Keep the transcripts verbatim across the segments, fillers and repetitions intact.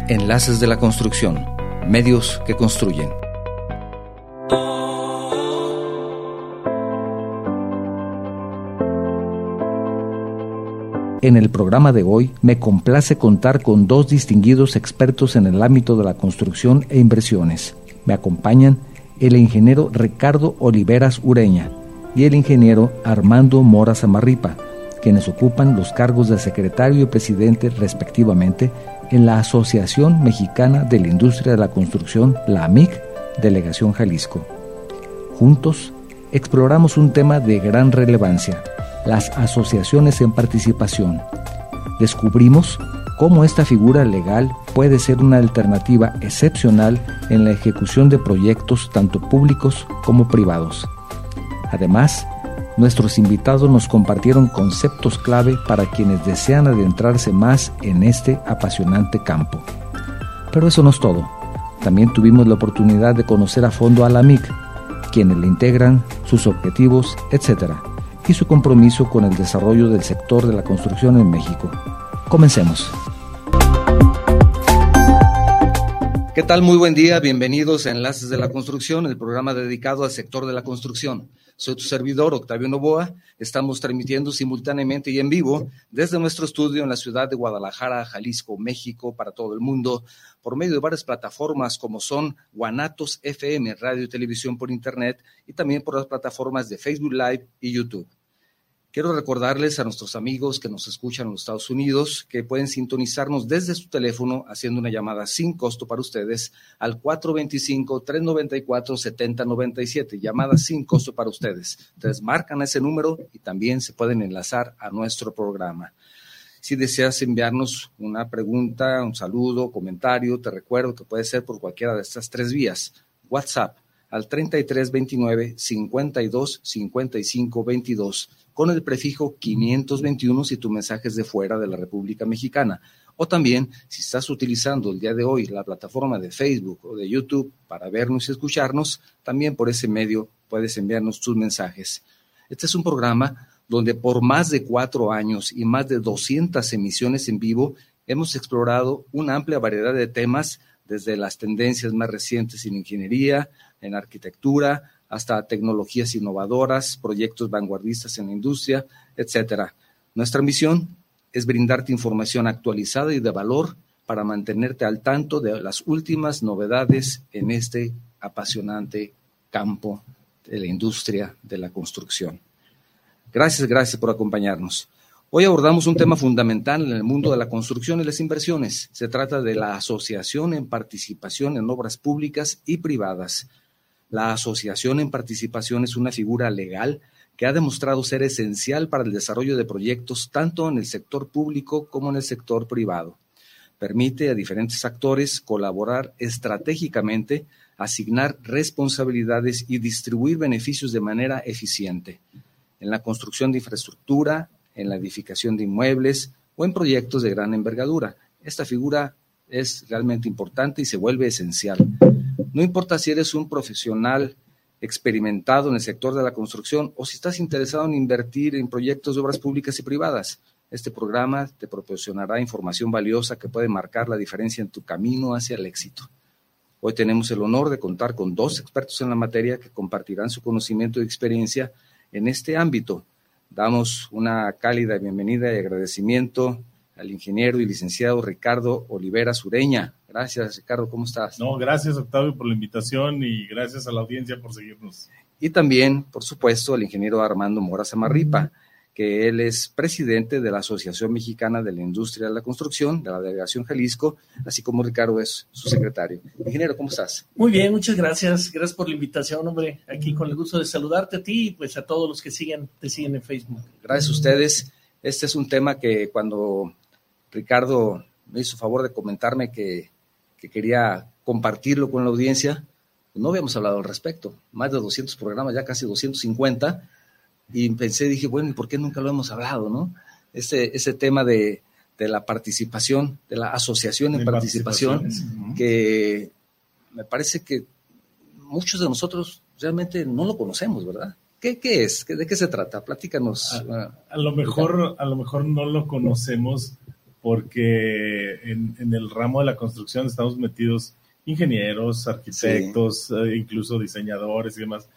Enlaces de la Construcción, medios que construyen. En el programa de hoy me complace contar con dos distinguidos expertos en el ámbito de la construcción e inversiones. Me acompañan el ingeniero Ricardo Oliveras Ureña y el ingeniero Armando Mora Samarripa, quienes ocupan los cargos de secretario y presidente respectivamente en la Asociación Mexicana de la Industria de la Construcción, la A M I C, Delegación Jalisco. Juntos exploramos un tema de gran relevancia: las asociaciones en participación. Descubrimos cómo esta figura legal puede ser una alternativa excepcional en la ejecución de proyectos tanto públicos como privados. Además, nuestros invitados nos compartieron conceptos clave para quienes desean adentrarse más en este apasionante campo. Pero eso no es todo. También tuvimos la oportunidad de conocer a fondo a la A M I C, quienes la integran, sus objetivos, etcétera, y su compromiso con el desarrollo del sector de la construcción en México. Comencemos. ¿Qué tal? Muy buen día, bienvenidos a Enlaces de la Construcción, el programa dedicado al sector de la construcción. Soy tu servidor, Octavio Novoa. Estamos transmitiendo simultáneamente y en vivo desde nuestro estudio en la ciudad de Guadalajara, Jalisco, México, para todo el mundo, por medio de varias plataformas como son Guanatos F M, radio y televisión por internet, y también por las plataformas de Facebook Live y YouTube. Quiero recordarles a nuestros amigos que nos escuchan en los Estados Unidos que pueden sintonizarnos desde su teléfono haciendo una llamada sin costo para ustedes al cuatro dos cinco, tres nueve cuatro, siete cero nueve siete, llamada sin costo para ustedes. Ustedes marcan ese número y también se pueden enlazar a nuestro programa. Si deseas enviarnos una pregunta, un saludo, comentario, te recuerdo que puede ser por cualquiera de estas tres vías. WhatsApp al treinta y tres veintinueve, cincuenta y dos, cincuenta y cinco veintidós con el prefijo quinientos veintiuno si tu mensaje es de fuera de la República Mexicana. O también, si estás utilizando el día de hoy la plataforma de Facebook o de YouTube para vernos y escucharnos, también por ese medio puedes enviarnos tus mensajes. Este es un programa donde por más de cuatro años y más de doscientas emisiones en vivo hemos explorado una amplia variedad de temas, desde las tendencias más recientes en ingeniería, en arquitectura, hasta tecnologías innovadoras, proyectos vanguardistas en la industria, etcétera. Nuestra misión es brindarte información actualizada y de valor para mantenerte al tanto de las últimas novedades en este apasionante campo de la industria de la construcción. Gracias, gracias por acompañarnos. Hoy abordamos un tema fundamental en el mundo de la construcción y las inversiones. Se trata de la asociación en participación en obras públicas y privadas. La asociación en participación es una figura legal que ha demostrado ser esencial para el desarrollo de proyectos tanto en el sector público como en el sector privado. Permite a diferentes actores colaborar estratégicamente, asignar responsabilidades y distribuir beneficios de manera eficiente en la construcción de infraestructura, en la edificación de inmuebles o en proyectos de gran envergadura. Esta figura es realmente importante y se vuelve esencial. No importa si eres un profesional experimentado en el sector de la construcción o si estás interesado en invertir en proyectos de obras públicas y privadas. Este programa te proporcionará información valiosa que puede marcar la diferencia en tu camino hacia el éxito. Hoy tenemos el honor de contar con dos expertos en la materia que compartirán su conocimiento y experiencia en este ámbito. Damos una cálida bienvenida y agradecimiento al ingeniero y licenciado Ricardo Oliveras Ureña. Gracias, Ricardo, ¿cómo estás? No, gracias, Octavio, por la invitación y gracias a la audiencia por seguirnos. Y también, por supuesto, al ingeniero Armando Mora Samarripa, uh-huh. que él es presidente de la Asociación Mexicana de la Industria de la Construcción, de la Delegación Jalisco, así como Ricardo es su secretario. Ingeniero, ¿cómo estás? Muy bien, muchas gracias. Gracias por la invitación, hombre. Aquí con el gusto de saludarte a ti y pues a todos los que siguen, te siguen en Facebook. Gracias a ustedes. Este es un tema que cuando Ricardo me hizo favor de comentarme que, que quería compartirlo con la audiencia, no habíamos hablado al respecto. Más de doscientos programas, ya casi doscientos cincuenta, y pensé, dije, bueno, ¿y por qué nunca lo hemos hablado, no? Ese, ese tema de, de la participación, de la asociación en participación, que me parece que muchos de nosotros realmente no lo conocemos, ¿verdad? ¿Qué, qué es? ¿De qué se trata? Platícanos. A, a lo mejor, a lo mejor no lo conocemos porque en, en el ramo de la construcción estamos metidos ingenieros, arquitectos, sí. eh, incluso diseñadores y demás,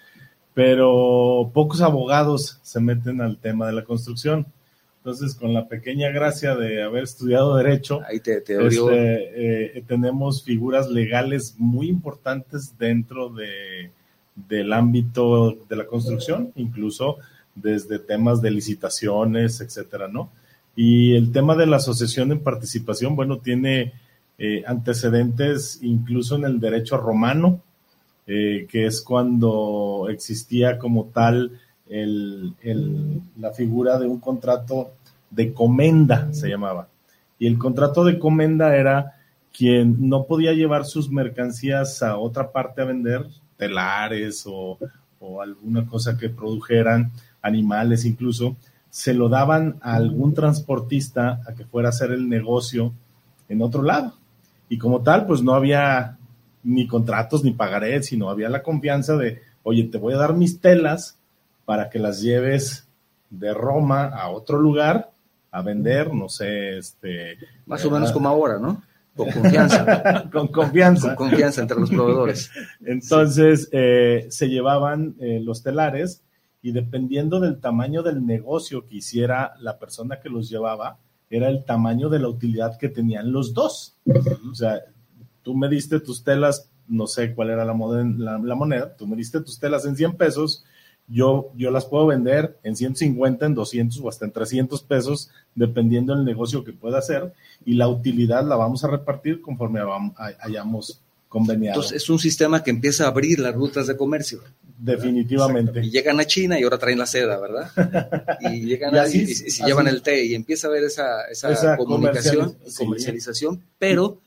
pero pocos abogados se meten al tema de la construcción. Entonces, con la pequeña gracia de haber estudiado Derecho, Ahí te, te este, eh, tenemos figuras legales muy importantes dentro de, del ámbito de la construcción, incluso desde temas de licitaciones, etcétera, ¿no? Y el tema de la asociación en participación, bueno, tiene eh, antecedentes incluso en el derecho romano, eh, que es cuando existía como tal el, el, la figura de un contrato de comenda, se llamaba. Y el contrato de comenda era quien no podía llevar sus mercancías a otra parte a vender, telares o, o alguna cosa que produjeran, animales incluso, se lo daban a algún transportista a que fuera a hacer el negocio en otro lado. Y como tal, pues no había ni contratos ni pagarés, sino había la confianza de, oye, te voy a dar mis telas para que las lleves de Roma a otro lugar a vender, no sé, este... Más o menos como ahora, ¿no? Con confianza. Con confianza. Con confianza entre los proveedores. Entonces, sí. eh, se llevaban eh, los telares y dependiendo del tamaño del negocio que hiciera la persona que los llevaba, era el tamaño de la utilidad que tenían los dos. O sea, tú me diste tus telas, no sé cuál era la, moden- la, la moneda, tú me diste tus telas en cien pesos, yo, yo las puedo vender en ciento cincuenta, en doscientos o hasta en trescientos pesos, dependiendo del negocio que pueda hacer, y la utilidad la vamos a repartir conforme vamos, hayamos conveniado. Entonces, es un sistema que empieza a abrir las rutas de comercio. Definitivamente. Y llegan a China y ahora traen la seda, ¿verdad? Y llegan y así, a, y, y, y se llevan el té y empieza a haber esa, esa, esa comunicación y comercialización, sí. Pero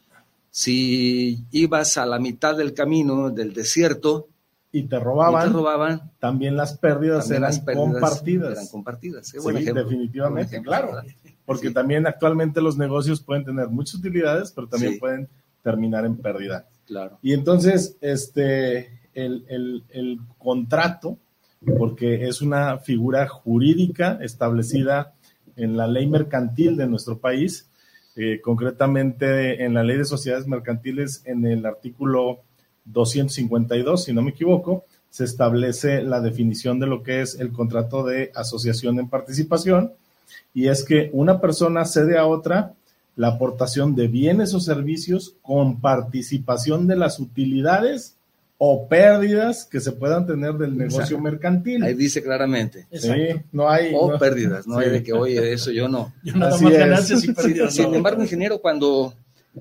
si ibas a la mitad del camino del desierto y te robaban, y te robaban también las pérdidas, también eran, las pérdidas compartidas. eran compartidas. Qué sí, buen ejemplo. Definitivamente, ejemplo, claro. ¿Verdad? Porque sí. También actualmente los negocios pueden tener muchas utilidades, pero también sí. pueden terminar en pérdida. Claro. Y entonces, este, el, el, el contrato, porque es una figura jurídica establecida en la ley mercantil de nuestro país, eh, concretamente en la ley de sociedades mercantiles, en el artículo doscientos cincuenta y dos, si no me equivoco, se establece la definición de lo que es el contrato de asociación en participación, y es que una persona cede a otra la aportación de bienes o servicios con participación de las utilidades o pérdidas que se puedan tener del negocio Exacto. mercantil. Ahí dice claramente. Sí, no hay... O no, pérdidas, no sí. hay de que, oye, eso yo no. Yo nada más ganancias y pérdidas. Sin embargo, ingeniero, cuando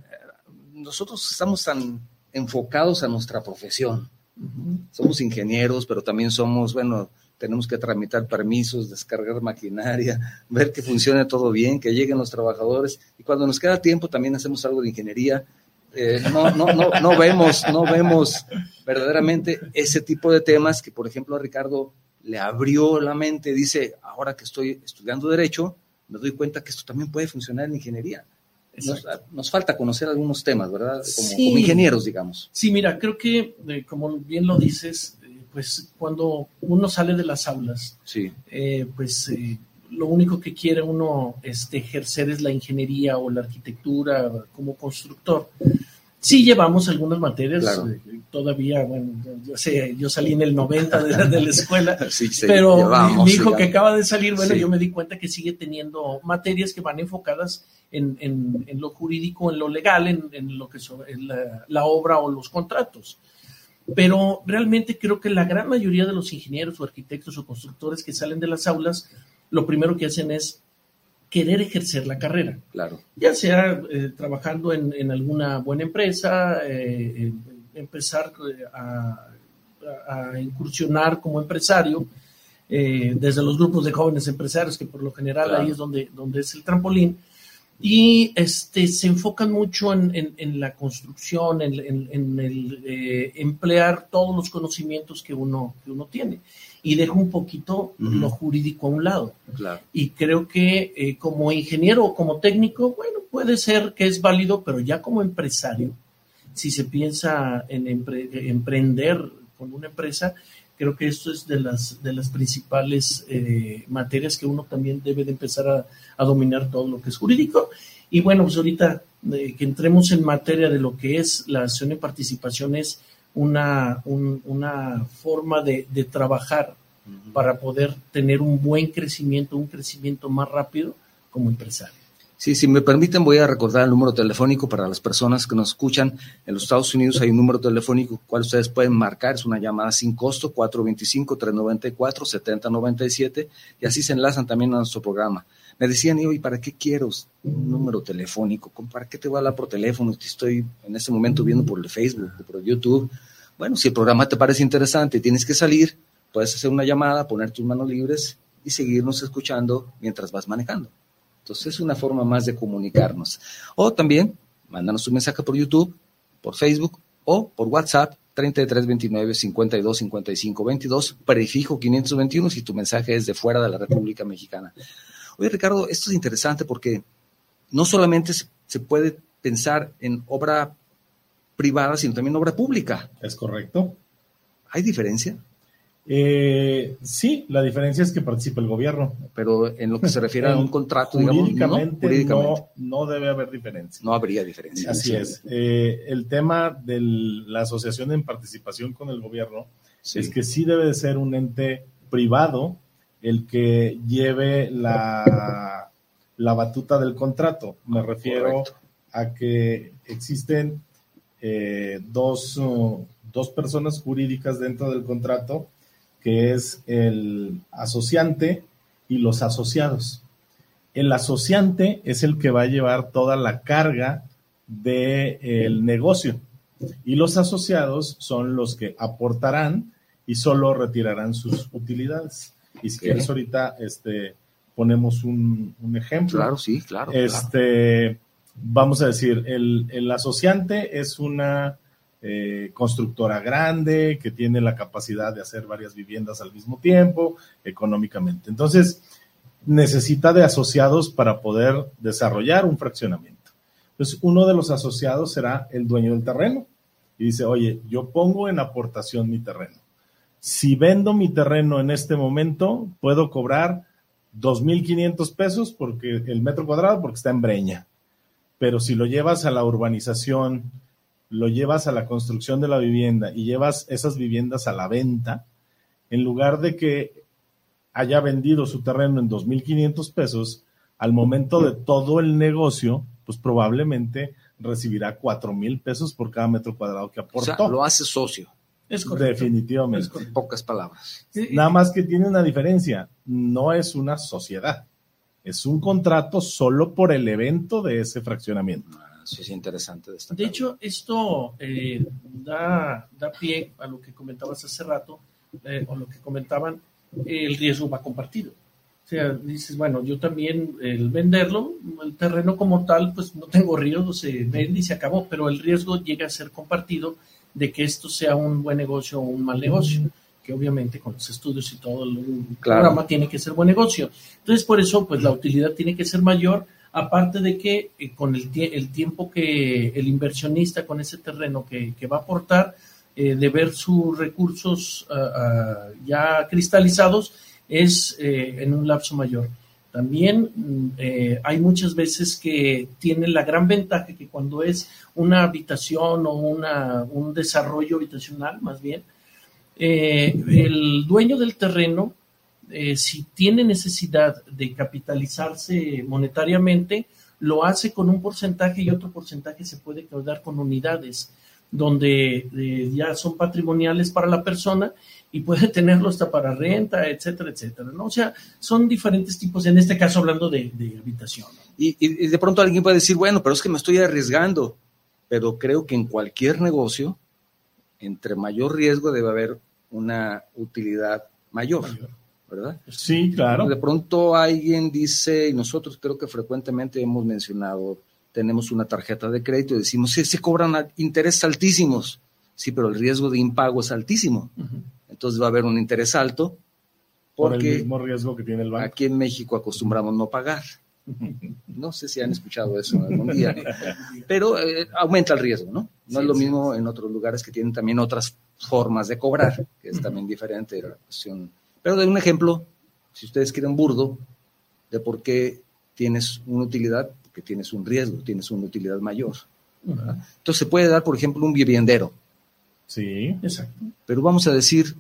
nosotros estamos tan enfocados a nuestra profesión, uh-huh. somos ingenieros, pero también somos, bueno... tenemos que tramitar permisos, descargar maquinaria, ver que funcione todo bien, que lleguen los trabajadores, y cuando nos queda tiempo también hacemos algo de ingeniería. Eh, no, no, no, no vemos, no vemos verdaderamente ese tipo de temas que, por ejemplo, a Ricardo le abrió la mente, dice, ahora que estoy estudiando Derecho, me doy cuenta que esto también puede funcionar en ingeniería. Nos, nos falta conocer algunos temas, ¿verdad? Como, sí. como ingenieros, digamos. Sí, mira, creo que, eh, como bien lo dices, pues cuando uno sale de las aulas, sí. eh, pues eh, lo único que quiere uno este, ejercer es la ingeniería o la arquitectura como constructor. Sí llevamos algunas materias, claro. eh, todavía, bueno, yo sé, yo salí en el noventa de, de la escuela, sí, sí, pero llevamos, mi hijo sí, que acaba de salir, bueno, sí. yo me di cuenta que sigue teniendo materias que van enfocadas en, en, en lo jurídico, en lo legal, en, en lo que son en la, la obra o los contratos. Pero realmente creo que la gran mayoría de los ingenieros o arquitectos o constructores que salen de las aulas, lo primero que hacen es querer ejercer la carrera. Claro. Ya sea eh, trabajando en, en alguna buena empresa, eh, empezar a, a incursionar como empresario, eh, desde los grupos de jóvenes empresarios, que por lo general claro. ahí es donde, donde es el trampolín. Y este, se enfocan mucho en, en, en la construcción, en, en, en el eh, emplear todos los conocimientos que uno, que uno tiene. Y deja un poquito uh-huh. lo jurídico a un lado. Claro. Y creo que eh, como ingeniero o como técnico, bueno, puede ser que es válido, pero ya como empresario, si se piensa en empre- emprender con una empresa, creo que esto es de las, de las principales eh, materias que uno también debe de empezar a, a dominar todo lo que es jurídico. Y bueno, pues ahorita eh, que entremos en materia de lo que es la acción de participación, es una, un, una forma de, de trabajar uh-huh. para poder tener un buen crecimiento, un crecimiento más rápido como empresario. Sí, si me permiten, voy a recordar el número telefónico para las personas que nos escuchan. En los Estados Unidos hay un número telefónico cual ustedes pueden marcar, es una llamada sin costo, cuatro dos cinco, tres nueve cuatro, siete cero nueve siete, y así se enlazan también a nuestro programa. Me decían, ¿y para qué quiero un número telefónico? ¿Para qué te voy a hablar por teléfono? Te estoy en este momento viendo por el Facebook, por YouTube. Bueno, si el programa te parece interesante y tienes que salir, puedes hacer una llamada, poner tus manos libres y seguirnos escuchando mientras vas manejando. Entonces es una forma más de comunicarnos. O también, mándanos un mensaje por YouTube, por Facebook o por WhatsApp, treinta y tres veintinueve, cincuenta y dos, cincuenta y cinco veintidós, prefijo quinientos veintiuno si tu mensaje es de fuera de la República Mexicana. Oye, Ricardo, esto es interesante porque no solamente se, se puede pensar en obra privada, sino también obra pública. Es correcto. ¿Hay diferencia? Eh, sí, la diferencia es que participa el gobierno. Pero en lo que se refiere a un contrato, jurídicamente, digamos, ¿no? Jurídicamente. No, no debe haber diferencia. No habría diferencia. Así sí. es. Eh, el tema de la asociación en participación con el gobierno sí. es que sí debe de ser un ente privado el que lleve la, la batuta del contrato. Me refiero Correcto. a que existen eh, dos, uh, dos personas jurídicas dentro del contrato, que es el asociante y los asociados. El asociante es el que va a llevar toda la carga del negocio y los asociados son los que aportarán y solo retirarán sus utilidades. Y si ¿Qué? quieres ahorita este, ponemos un, un ejemplo. Claro, sí, claro. Este, claro. Vamos a decir, el, el asociante es una Eh, constructora grande que tiene la capacidad de hacer varias viviendas al mismo tiempo, económicamente. Entonces, necesita de asociados para poder desarrollar un fraccionamiento. Entonces, uno de los asociados será el dueño del terreno y dice, oye, yo pongo en aportación mi terreno. Si vendo mi terreno en este momento, puedo cobrar dos mil quinientos pesos porque el metro cuadrado porque está en Breña. Pero si lo llevas a la urbanización, lo llevas a la construcción de la vivienda y llevas esas viviendas a la venta, en lugar de que haya vendido su terreno en dos mil quinientos pesos, al momento de todo el negocio, pues probablemente recibirá cuatro mil pesos por cada metro cuadrado que aportó. O sea, lo hace socio. Es correcto. Definitivamente. Es en pocas palabras. Nada más que tiene una diferencia, no es una sociedad, es un contrato solo por el evento de ese fraccionamiento. Eso es interesante destacar. De hecho, esto eh, da, da pie a lo que comentabas hace rato, eh, o lo que comentaban, eh, el riesgo va compartido. O sea, dices, bueno, yo también, el venderlo, el terreno como tal, pues no tengo riesgo, se vende y se acabó, pero el riesgo llega a ser compartido de que esto sea un buen negocio o un mal negocio, que obviamente con los estudios y todo el claro. programa tiene que ser buen negocio. Entonces, por eso, pues la utilidad tiene que ser mayor. Aparte de que eh, con el, tie- el tiempo que el inversionista con ese terreno que, que va a aportar, eh, de ver sus recursos uh, uh, ya cristalizados, es eh, en un lapso mayor. También eh, hay muchas veces que tienen la gran ventaja que cuando es una habitación o una, un desarrollo habitacional, más bien, eh, el dueño del terreno, Eh, si tiene necesidad de capitalizarse monetariamente, lo hace con un porcentaje y otro porcentaje se puede quedar con unidades, donde eh, ya son patrimoniales para la persona y puede tenerlo hasta para renta, etcétera, etcétera, ¿no? O sea, son diferentes tipos, en este caso hablando de, de habitación, ¿no? Y, y de pronto alguien puede decir, bueno, pero es que me estoy arriesgando, pero creo que en cualquier negocio, entre mayor riesgo debe haber una utilidad mayor. mayor. ¿Verdad? Sí, claro. De pronto alguien dice, y nosotros creo que frecuentemente hemos mencionado, tenemos una tarjeta de crédito y decimos, sí, se cobran intereses altísimos. Sí, pero el riesgo de impago es altísimo. Uh-huh. Entonces va a haber un interés alto porque por el mismo riesgo que tiene el banco. Aquí en México acostumbramos no pagar. No sé si han escuchado eso algún día, pero eh, aumenta el riesgo, ¿no? No sí, es lo sí, mismo sí. En otros lugares que tienen también otras formas de cobrar, que es uh-huh. también diferente de la cuestión. Pero de un ejemplo, si ustedes quieren burdo, de por qué tienes una utilidad, porque tienes un riesgo, tienes una utilidad mayor. Uh-huh. Entonces se puede dar, por ejemplo, un viviendero. Sí. Exacto. Pero vamos a decir,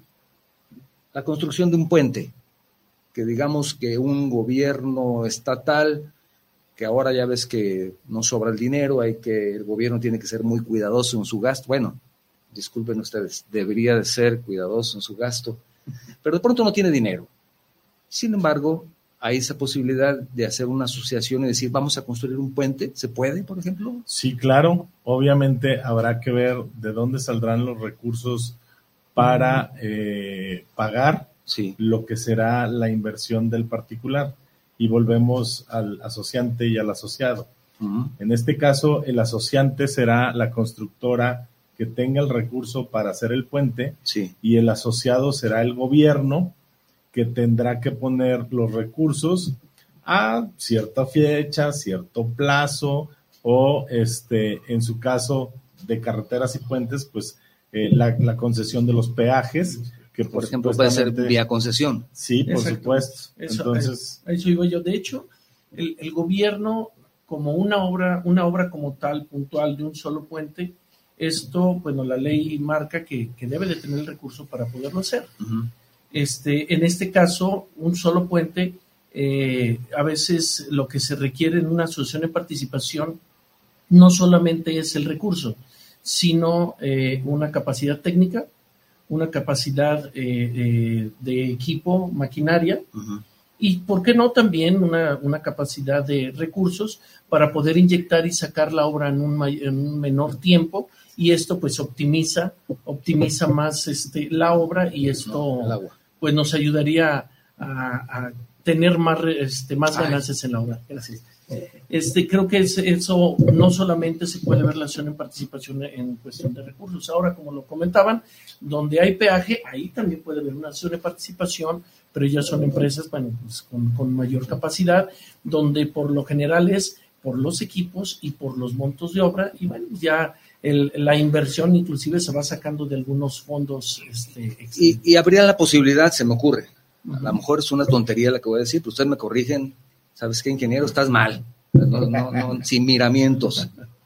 la construcción de un puente, que digamos que un gobierno estatal, que ahora ya ves que no sobra el dinero, hay que, el gobierno tiene que ser muy cuidadoso en su gasto. Bueno, disculpen ustedes, debería de ser cuidadoso en su gasto, pero de pronto no tiene dinero. Sin embargo, hay esa posibilidad de hacer una asociación y decir, vamos a construir un puente. ¿Se puede, por ejemplo? Sí, claro. Obviamente habrá que ver de dónde saldrán los recursos para eh, pagar sí. lo que será la inversión del particular. Y volvemos al asociante y al asociado. Uh-huh. En este caso, el asociante será la constructora que tenga el recurso para hacer el puente, sí. y el asociado será el gobierno, que tendrá que poner los recursos a cierta fecha, cierto plazo, o este, en su caso de carreteras y puentes, pues eh, la, la concesión de los peajes, que por, por ejemplo puede ser vía concesión. Sí, por Exacto. supuesto. Eso, Entonces, a eso iba yo. De hecho, el, el gobierno, como una obra, una obra como tal, puntual, de un solo puente, esto, bueno, la ley marca que, que debe de tener el recurso para poderlo hacer. Uh-huh. Este, en este caso, un solo puente, eh, a veces lo que se requiere en una asociación de participación no solamente es el recurso, sino eh, una capacidad técnica, una capacidad eh, eh, de equipo, maquinaria, uh-huh. y, ¿por qué no?, también una, una capacidad de recursos para poder inyectar y sacar la obra en un, en un menor tiempo, y esto pues optimiza, optimiza más este, la obra, y esto no, pues nos ayudaría a, a tener más, este, más ganancias en la obra. Gracias. Este, creo que es, eso no solamente se puede ver relación en participación en cuestión de recursos. Ahora, como lo comentaban, donde hay peaje, ahí también puede haber una acción de participación, pero ya son empresas, bueno, pues con, con mayor capacidad, donde por lo general es por los equipos y por los montos de obra, y bueno, ya el, la inversión inclusive se va sacando de algunos fondos. Este, y, y habría la posibilidad, se me ocurre, uh-huh. a lo mejor es una tontería la que voy a decir, pero ustedes me corrigen. ¿Sabes qué, ingeniero? Estás mal. No, no, no, sin miramientos.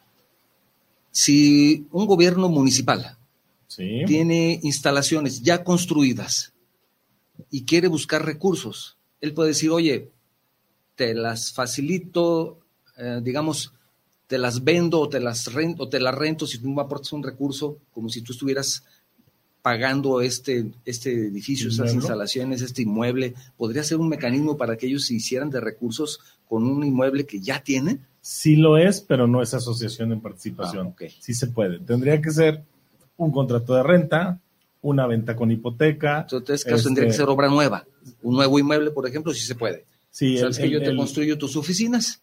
Si un gobierno municipal sí. tiene instalaciones ya construidas y quiere buscar recursos, él puede decir, oye, te las facilito, eh, digamos, te las vendo o te las rento, o te las rento si tú me aportas un recurso, como si tú estuvieras pagando este, este edificio, estas instalaciones, este inmueble. ¿Podría ser un mecanismo para que ellos se hicieran de recursos con un inmueble que ya tienen? Sí lo es, pero no es asociación en participación. Ah, okay. Sí se puede. Tendría que ser un contrato de renta, una venta con hipoteca. Entonces, caso este, tendría que ser obra nueva. Un nuevo inmueble, por ejemplo, sí se puede. Sí, ¿Sabes el, que yo te el, construyo tus oficinas?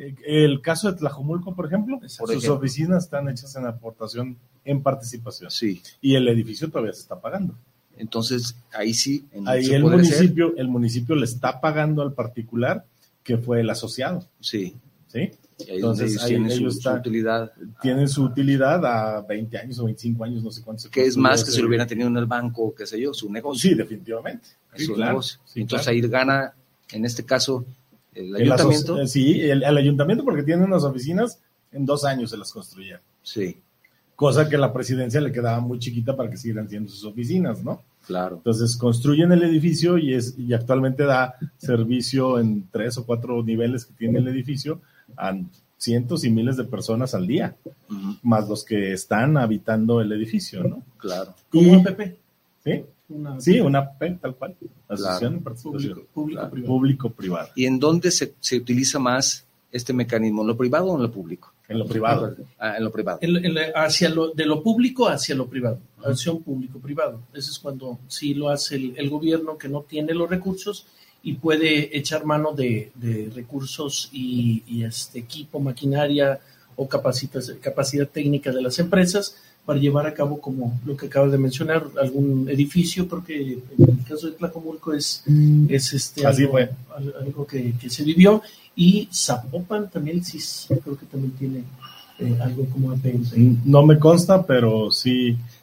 El caso de Tlajomulco, por ejemplo, por sus ejemplo. oficinas están hechas en aportación en participación. Sí. Y el edificio todavía se está pagando. Entonces, ahí sí. En ahí el municipio, ser. el municipio le está pagando al particular que fue el asociado. Sí. ¿Sí? Ahí Entonces, ahí ellos, ellos su, está, su utilidad. Tienen su utilidad a veinte años o veinticinco años, no sé cuántos. Que es más que si lo hubieran tenido en el banco, qué sé yo, su negocio. Sí, definitivamente. Sí, su claro. negocio. Sí, Entonces, claro. ahí gana, en este caso, el el ayuntamiento. Aso- sí, el, el ayuntamiento, porque tiene unas oficinas, en dos años se las construyeron. Sí. Cosa que a la presidencia le quedaba muy chiquita para que siguieran siendo sus oficinas, ¿no? Claro. Entonces construyen el edificio y, es, y actualmente da servicio en tres o cuatro niveles que tiene el edificio a cientos y miles de personas al día, uh-huh. más los que están habitando el edificio, ¿no? Claro. Como una A P P. ¿Sí? Una sí, una A P P, tal cual. Asociación claro. de participación. Público, público, claro. privado. Público privado. ¿Y en dónde se, se utiliza más este mecanismo? ¿En lo privado o en lo público? En lo privado. Ah, en lo privado. En, en, hacia lo, de lo público hacia lo privado. Acción público-privado. Eso es cuando sí lo hace el, el gobierno que no tiene los recursos y puede echar mano de, de recursos y, y este equipo, maquinaria o capacidad técnica de las empresas para llevar a cabo, como lo que acabas de mencionar, algún edificio. Creo que en el caso de Tlajomulco es, es este Así algo, fue. algo que, que se vivió. Y Zapopan también, sí, creo que también tiene eh, algo como A P P. No me consta, pero sí,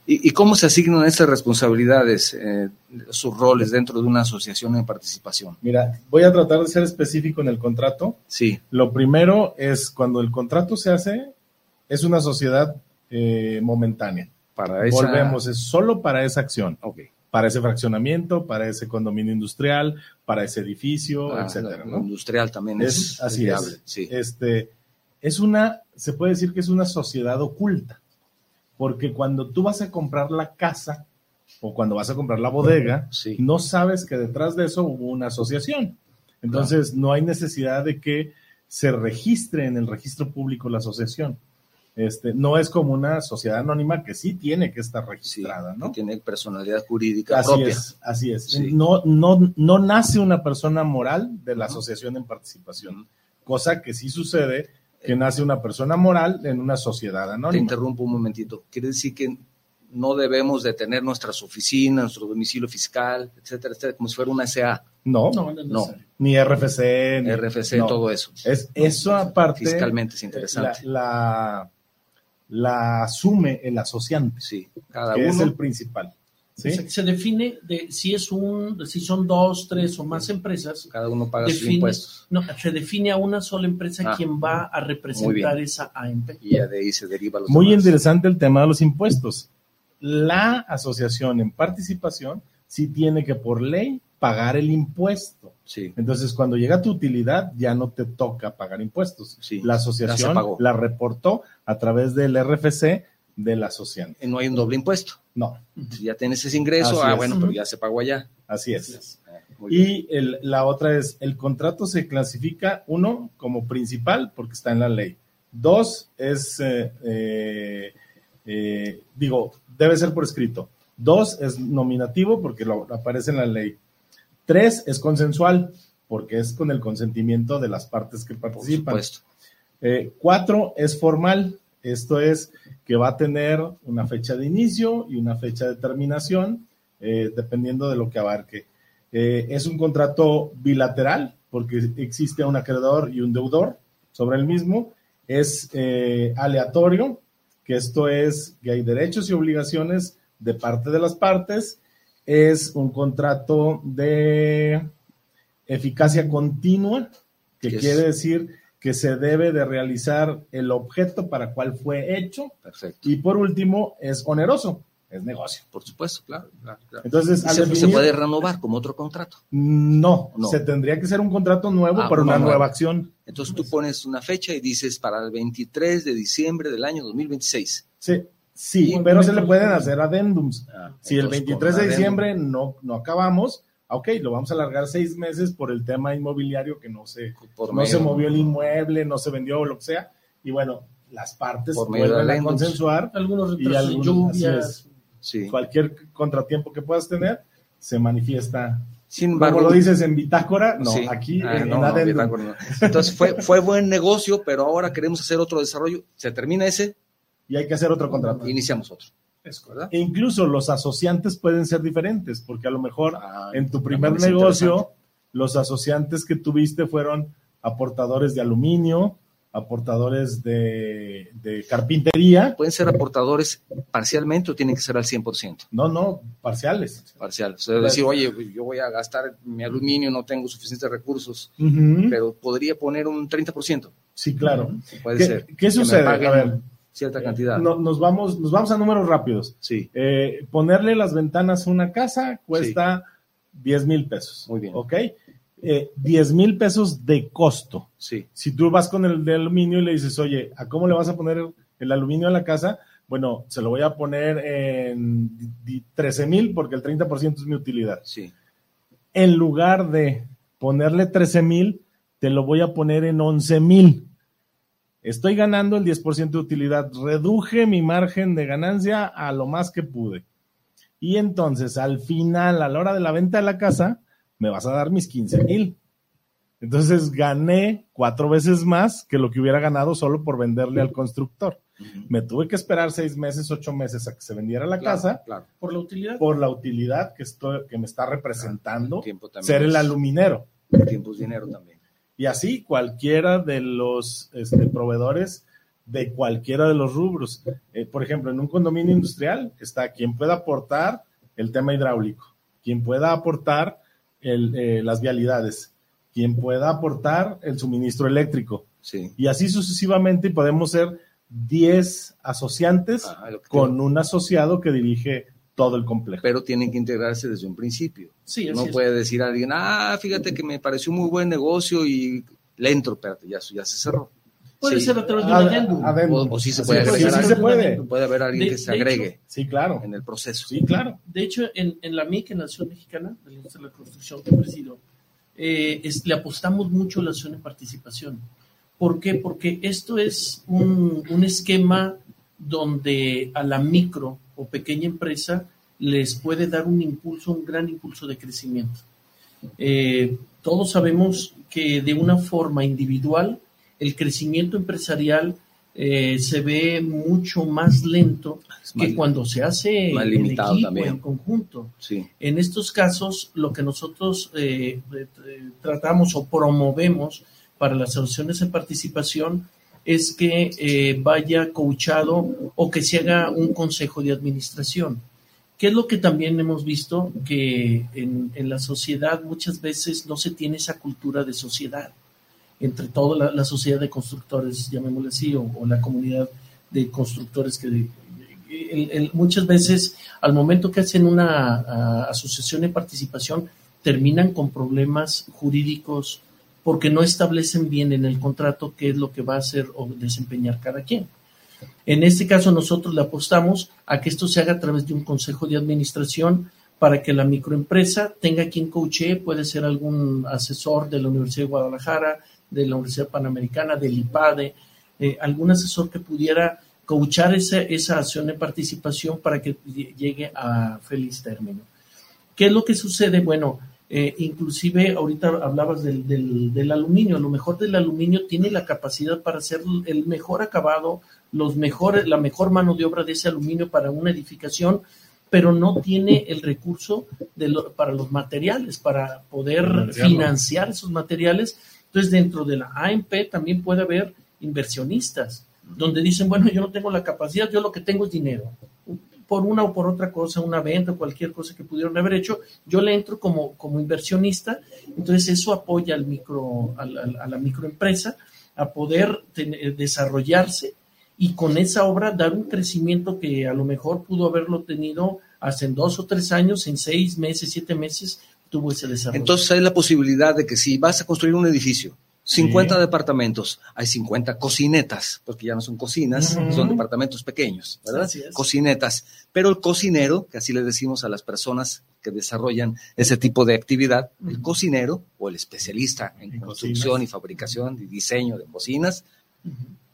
¿Y, y cómo se asignan estas responsabilidades, eh, sus roles dentro de una asociación en participación? Mira, voy a tratar de ser específico en el contrato. Sí. Lo primero es cuando el contrato se hace, es una sociedad eh, momentánea. Para esa... Volvemos, es solo para esa acción. Okay. Para ese fraccionamiento, para ese condominio industrial, para ese edificio, ah, etcétera, ¿no? Industrial también es, es así viable. Es. Sí. Este, es una, se puede decir que es una sociedad oculta, porque cuando tú vas a comprar la casa o cuando vas a comprar la bodega, sí. no sabes que detrás de eso hubo una asociación. Entonces, claro, no hay necesidad de que se registre en el registro público la asociación. Este, no es como una sociedad anónima que sí tiene que estar registrada, sí, ¿no? Que tiene personalidad jurídica así propia. Es, así es. Sí. No, no, no nace una persona moral de la asociación en participación, uh-huh. cosa que sí sucede que nace una persona moral en una sociedad anónima. Te interrumpo un momentito. Quiere decir que no debemos de tener nuestras oficinas, nuestro domicilio fiscal, etcétera, etcétera, como si fuera una S A. No, no, no, no. Ni R F C. Ni, R F C, no. todo eso. Es, eso aparte. Fiscalmente es interesante. La, la, la asume el asociante. Sí, cada que uno. es el principal. ¿Sí? Se, se define de si es un, si son dos, tres o más empresas. Cada uno paga define, sus impuestos. No, se define a una sola empresa ah, quien va a representar esa A M P. Y ya de ahí se deriva los Muy demás. interesante el tema de los impuestos. La asociación en participación sí tiene que por ley pagar el impuesto. Sí. Entonces, cuando llega tu utilidad, ya no te toca pagar impuestos. Sí. La asociación la reportó a través del R F C del asociante. No hay un doble impuesto. No. Si ya tienes ese ingreso, Así ah, es. bueno, pero ya se pagó allá. Así es. Y el, la otra es, el contrato se clasifica, uno, como principal, porque está en la ley. Dos, es, eh, eh, eh, digo, debe ser por escrito. Dos, es nominativo, porque lo, aparece en la ley. Tres, es consensual, porque es con el consentimiento de las partes que participan. Por supuesto. Eh, cuatro, es formal. Esto es que va a tener una fecha de inicio y una fecha de terminación, eh, dependiendo de lo que abarque. Eh, es un contrato bilateral, porque existe un acreedor y un deudor sobre el mismo. Es eh, aleatorio, que esto es que hay derechos y obligaciones de parte de las partes. Es un contrato de eficacia continua, que quiere decir que se debe de realizar el objeto para cual fue hecho. Perfecto. Y por último, es oneroso, es negocio. Por supuesto, claro. claro, claro. Entonces, al se, definir, ¿se puede renovar como otro contrato? No, no, se tendría que ser un contrato nuevo ah, para una nueva nueva acción. Entonces tú pones una fecha y dices para el veintitrés de diciembre del año dos mil veintiséis. Sí, sí, sí pero se le pueden hacer adendums. Ah, si el veintitrés de diciembre no, no acabamos, ok, lo vamos a alargar seis meses por el tema inmobiliario que no se, no se movió el inmueble, no se vendió o lo que sea. Y bueno, las partes vuelven a consensuar. Algunos y algunos, lluvias. Sí. Cualquier contratiempo que puedas tener se manifiesta. Sin embargo, como lo dices en bitácora, no, sí. aquí ah, en, no, en no, no. Entonces fue, fue buen negocio, pero ahora queremos hacer otro desarrollo. Se termina ese. Y hay que hacer otro contrato. Iniciamos otro. Es ¿verdad? E incluso los asociantes pueden ser diferentes, porque a lo mejor ah, en tu primer negocio, los asociantes que tuviste fueron aportadores de aluminio, aportadores de, de carpintería. ¿Pueden ser aportadores parcialmente o tienen que ser al cien por ciento? No, no, parciales. Parciales. O sea, decir, oye, yo voy a gastar mi aluminio, no tengo suficientes recursos, uh-huh. pero podría poner un treinta por ciento. Sí, claro. Puede ¿Qué, ser. ¿Qué sucede? A ver. Cierta cantidad. No, nos vamos, nos vamos a números rápidos. Sí. Eh, ponerle las ventanas a una casa cuesta sí. diez mil pesos. Muy bien. ¿Ok? Eh, diez mil pesos de costo. Sí. Si tú vas con el de aluminio y le dices, oye, ¿a cómo le vas a poner el, el aluminio a la casa? Bueno, se lo voy a poner en trece mil porque el treinta por ciento es mi utilidad. Sí. En lugar de ponerle trece mil, te lo voy a poner en once mil. Estoy ganando el diez por ciento de utilidad, reduje mi margen de ganancia a lo más que pude. Y entonces, al final, a la hora de la venta de la casa, me vas a dar mis quince mil. Entonces, gané cuatro veces más que lo que hubiera ganado solo por venderle al constructor. Uh-huh. Me tuve que esperar seis meses, ocho meses a que se vendiera la claro, casa. Claro. Por la utilidad. Por la utilidad que, estoy, que me está representando el tiempo ser es, el aluminero. El tiempo es dinero también. Y así cualquiera de los este, proveedores de cualquiera de los rubros. Eh, por ejemplo, en un condominio industrial está quien pueda aportar el tema hidráulico, quien pueda aportar el, eh, las vialidades, quien pueda aportar el suministro eléctrico. Sí. Y así sucesivamente, y podemos ser diez asociantes ah, con un asociado que dirige todo el complejo. Pero tienen que integrarse desde un principio. Sí, no es. puede decir a alguien, ah, fíjate que me pareció muy buen negocio y le entro, espérate, ya, ya se cerró. Puede sí. ser a través de un adendum. O, o sí se puede sí, agregar. Sí, sí se puede. Puede haber alguien de, que se de agregue. Hecho, sí, claro. En el proceso. Sí, claro. De hecho, en, en la M I C, en la Asociación Mexicana de la Industria de la Construcción que presido, eh, es, le apostamos mucho a la acción de participación. ¿Por qué? Porque esto es un, un esquema donde a la micro o pequeña empresa les puede dar un impulso, un gran impulso de crecimiento. Eh, todos sabemos que de una forma individual el crecimiento empresarial eh, se ve mucho más lento que más, cuando se hace en equipo, también. En conjunto. Sí. En estos casos, lo que nosotros eh, tratamos o promovemos para las asociaciones de participación es que eh, vaya coachado o que se haga un consejo de administración. ¿Qué es lo que también hemos visto? Que en, en la sociedad muchas veces no se tiene esa cultura de sociedad, entre toda la, la sociedad de constructores, llamémosle así, o, o la comunidad de constructores que el, el, muchas veces al momento que hacen una a, asociación de participación terminan con problemas jurídicos porque no establecen bien en el contrato qué es lo que va a hacer o desempeñar cada quien. En este caso nosotros le apostamos a que esto se haga a través de un consejo de administración para que la microempresa tenga quien coachee, puede ser algún asesor de la Universidad de Guadalajara, de la Universidad Panamericana, del IPADE, eh, algún asesor que pudiera coachar esa, esa acción de participación para que llegue a feliz término. ¿Qué es lo que sucede? Bueno, eh, inclusive ahorita hablabas del, del, del aluminio, a lo mejor del aluminio tiene la capacidad para hacer el mejor acabado, los mejores, la mejor mano de obra de ese aluminio para una edificación, pero no tiene el recurso de lo, para los materiales, para poder financiar esos materiales. Entonces, dentro de la A M P también puede haber inversionistas, donde dicen, bueno, yo no tengo la capacidad, yo lo que tengo es dinero. Por una o por otra cosa, una venta o cualquier cosa que pudieron haber hecho, yo le entro como, como inversionista, entonces eso apoya al micro, a, la, a la microempresa a poder tener, desarrollarse y con esa obra dar un crecimiento que a lo mejor pudo haberlo tenido hace dos o tres años, en seis meses, siete meses, tuvo ese desarrollo. Entonces hay la posibilidad de que si vas a construir un edificio, cincuenta sí. departamentos, hay cincuenta cocinetas, porque ya no son cocinas, uh-huh. son departamentos pequeños, ¿verdad? Cocinetas. Pero el cocinero, que así le decimos a las personas que desarrollan ese tipo de actividad, uh-huh. el cocinero o el especialista en, en construcción cocinas. Y fabricación y diseño de cocinas, uh-huh.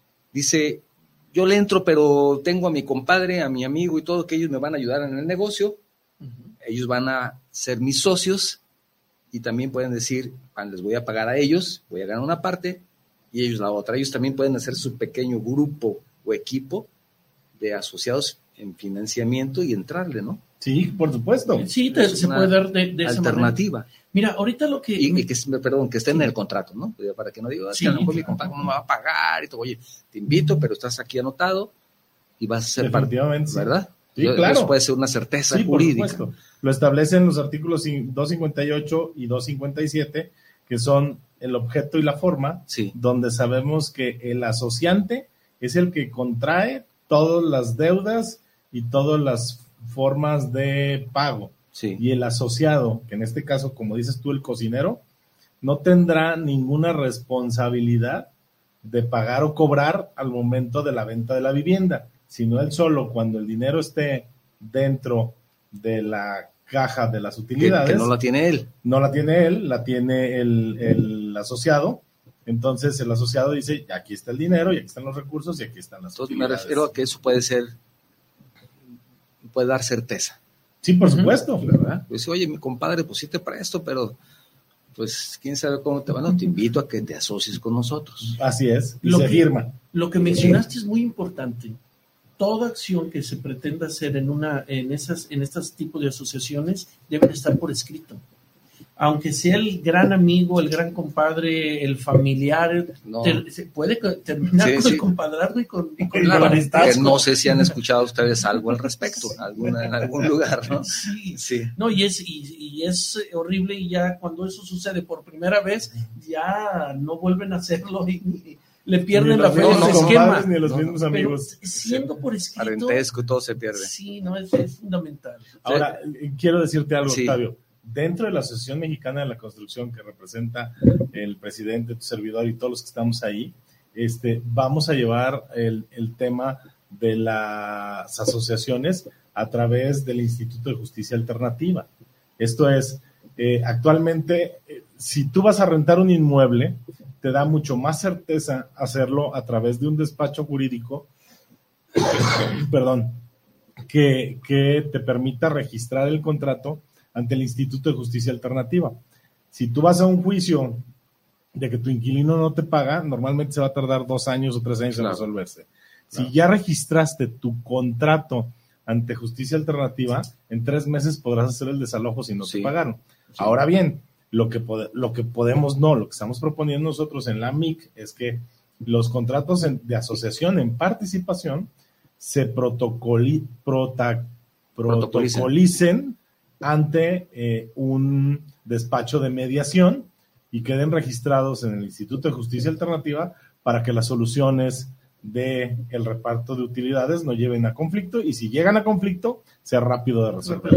dice, yo le entro, pero tengo a mi compadre, a mi amigo y todo, que ellos me van a ayudar en el negocio, uh-huh. ellos van a ser mis socios, y también pueden decir, les voy a pagar a ellos, voy a ganar una parte, y ellos la otra. Ellos también pueden hacer su pequeño grupo o equipo de asociados en financiamiento y entrarle, ¿no? Sí, por supuesto. Sí, te, se puede dar de, de esa alternativa. Manera. Mira, ahorita lo que... Y, y que, perdón, que esté sí. en el contrato, ¿no? Para que no diga, sí, que a lo mejor mi compadre no me va a pagar, y todo, oye, te invito, pero estás aquí anotado y vas a ser parte, ¿verdad? Sí, claro. Eso puede ser una certeza sí, jurídica. Por supuesto. Lo establecen los artículos doscientos cincuenta y ocho y doscientos cincuenta y siete, que son el objeto y la forma, sí. donde sabemos que el asociante es el que contrae todas las deudas y todas las formas de pago. Sí. Y el asociado, que en este caso, como dices tú, el cocinero, no tendrá ninguna responsabilidad de pagar o cobrar al momento de la venta de la vivienda, sino él solo, cuando el dinero esté dentro de la caja de las utilidades. Que, que no la tiene él. No la tiene él, la tiene el, el asociado. Entonces el asociado dice, aquí está el dinero, y aquí están los recursos, y aquí están las Entonces, utilidades. Me refiero a que eso puede ser, puede dar certeza. Sí, por supuesto. ¿Verdad? Pues, oye, mi compadre, pues sí te presto, pero pues quién sabe cómo te van. No, te invito a que te asocies con nosotros. Así es, y lo se que, firma. Lo que mencionaste es muy importante. Toda acción que se pretenda hacer en una en esas en estos tipos de asociaciones debe estar por escrito. aunque sea el gran amigo, el gran compadre, el familiar, no. ter, se puede terminar sí, con sí. el compadrazgo y con, y con claro, el parentazgo. No sé si han escuchado ustedes algo al respecto, alguna, en algún lugar, ¿no? Sí, sí. No, y es, y, y es horrible, y ya cuando eso sucede por primera vez, ya no vuelven a hacerlo y, y le pierden ni la fe al esquema. Ni los no, mismos amigos. Pero siendo por escrito. Parentesco, todo se pierde. Sí, no, es, es fundamental. Ahora, sí. quiero decirte algo, sí. Octavio. Dentro de la Asociación Mexicana de la Construcción, que representa el presidente, tu servidor y todos los que estamos ahí, este, vamos a llevar el, el tema de las asociaciones a través del Instituto de Justicia Alternativa. Esto es, eh, actualmente, eh, si tú vas a rentar un inmueble, te da mucho más certeza hacerlo a través de un despacho jurídico, perdón, que, que te permita registrar el contrato ante el Instituto de Justicia Alternativa. Si tú vas a un juicio de que tu inquilino no te paga, normalmente se va a tardar dos años o tres años claro. en resolverse. Claro. Si ya registraste tu contrato ante Justicia Alternativa, en tres meses podrás hacer el desalojo si no sí. te pagaron. Sí. Ahora bien, Lo que, pod- lo que podemos no, lo que estamos proponiendo nosotros en la M I C es que los contratos en, de asociación en participación se protocoli- prota- protocolicen ante eh, un despacho de mediación y queden registrados en el Instituto de Justicia Alternativa para que las soluciones de el reparto de utilidades no lleven a conflicto y si llegan a conflicto sea rápido de resolver.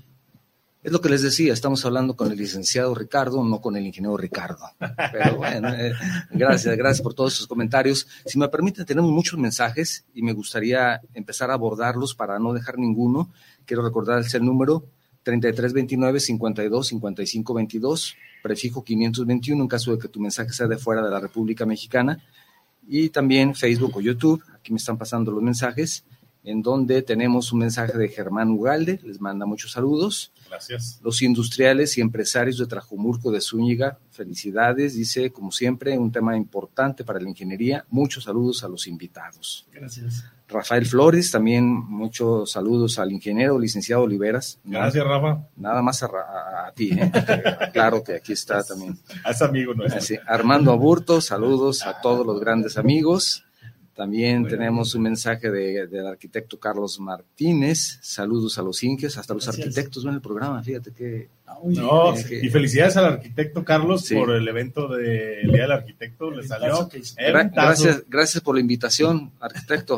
Es lo que les decía, estamos hablando con el licenciado Ricardo, no con el ingeniero Ricardo. Pero bueno, eh, gracias, gracias por todos sus comentarios. Si me permiten, tenemos muchos mensajes y me gustaría empezar a abordarlos para no dejar ninguno. Quiero recordarles el número treinta y tres veintinueve, cincuenta y dos, cincuenta y cinco veintidós, prefijo quinientos veintiuno en caso de que tu mensaje sea de fuera de la República Mexicana. Y también Facebook o YouTube, aquí me están pasando los mensajes, en donde tenemos un mensaje de Germán Ugalde, les manda muchos saludos. Gracias. Los industriales y empresarios de Trajomulco de Zúñiga, felicidades, dice, como siempre, un tema importante para la ingeniería. Muchos saludos a los invitados. Gracias. Rafael Flores, también muchos saludos al ingeniero, licenciado Oliveras. Gracias, Rafa. Nada, nada más a, a, a ti, ¿eh? Claro que aquí está también. Es amigo nuestro. Sí, Armando Aburto, saludos a todos los grandes amigos. También bueno, tenemos un mensaje de, del arquitecto Carlos Martínez. Saludos a los inges, hasta los Gracias. Arquitectos ven el programa. Fíjate que. No, eh, que... Y felicidades al arquitecto Carlos sí. por el evento del Día del Arquitecto. Le salió. Gra- gracias, gracias por la invitación, arquitecto.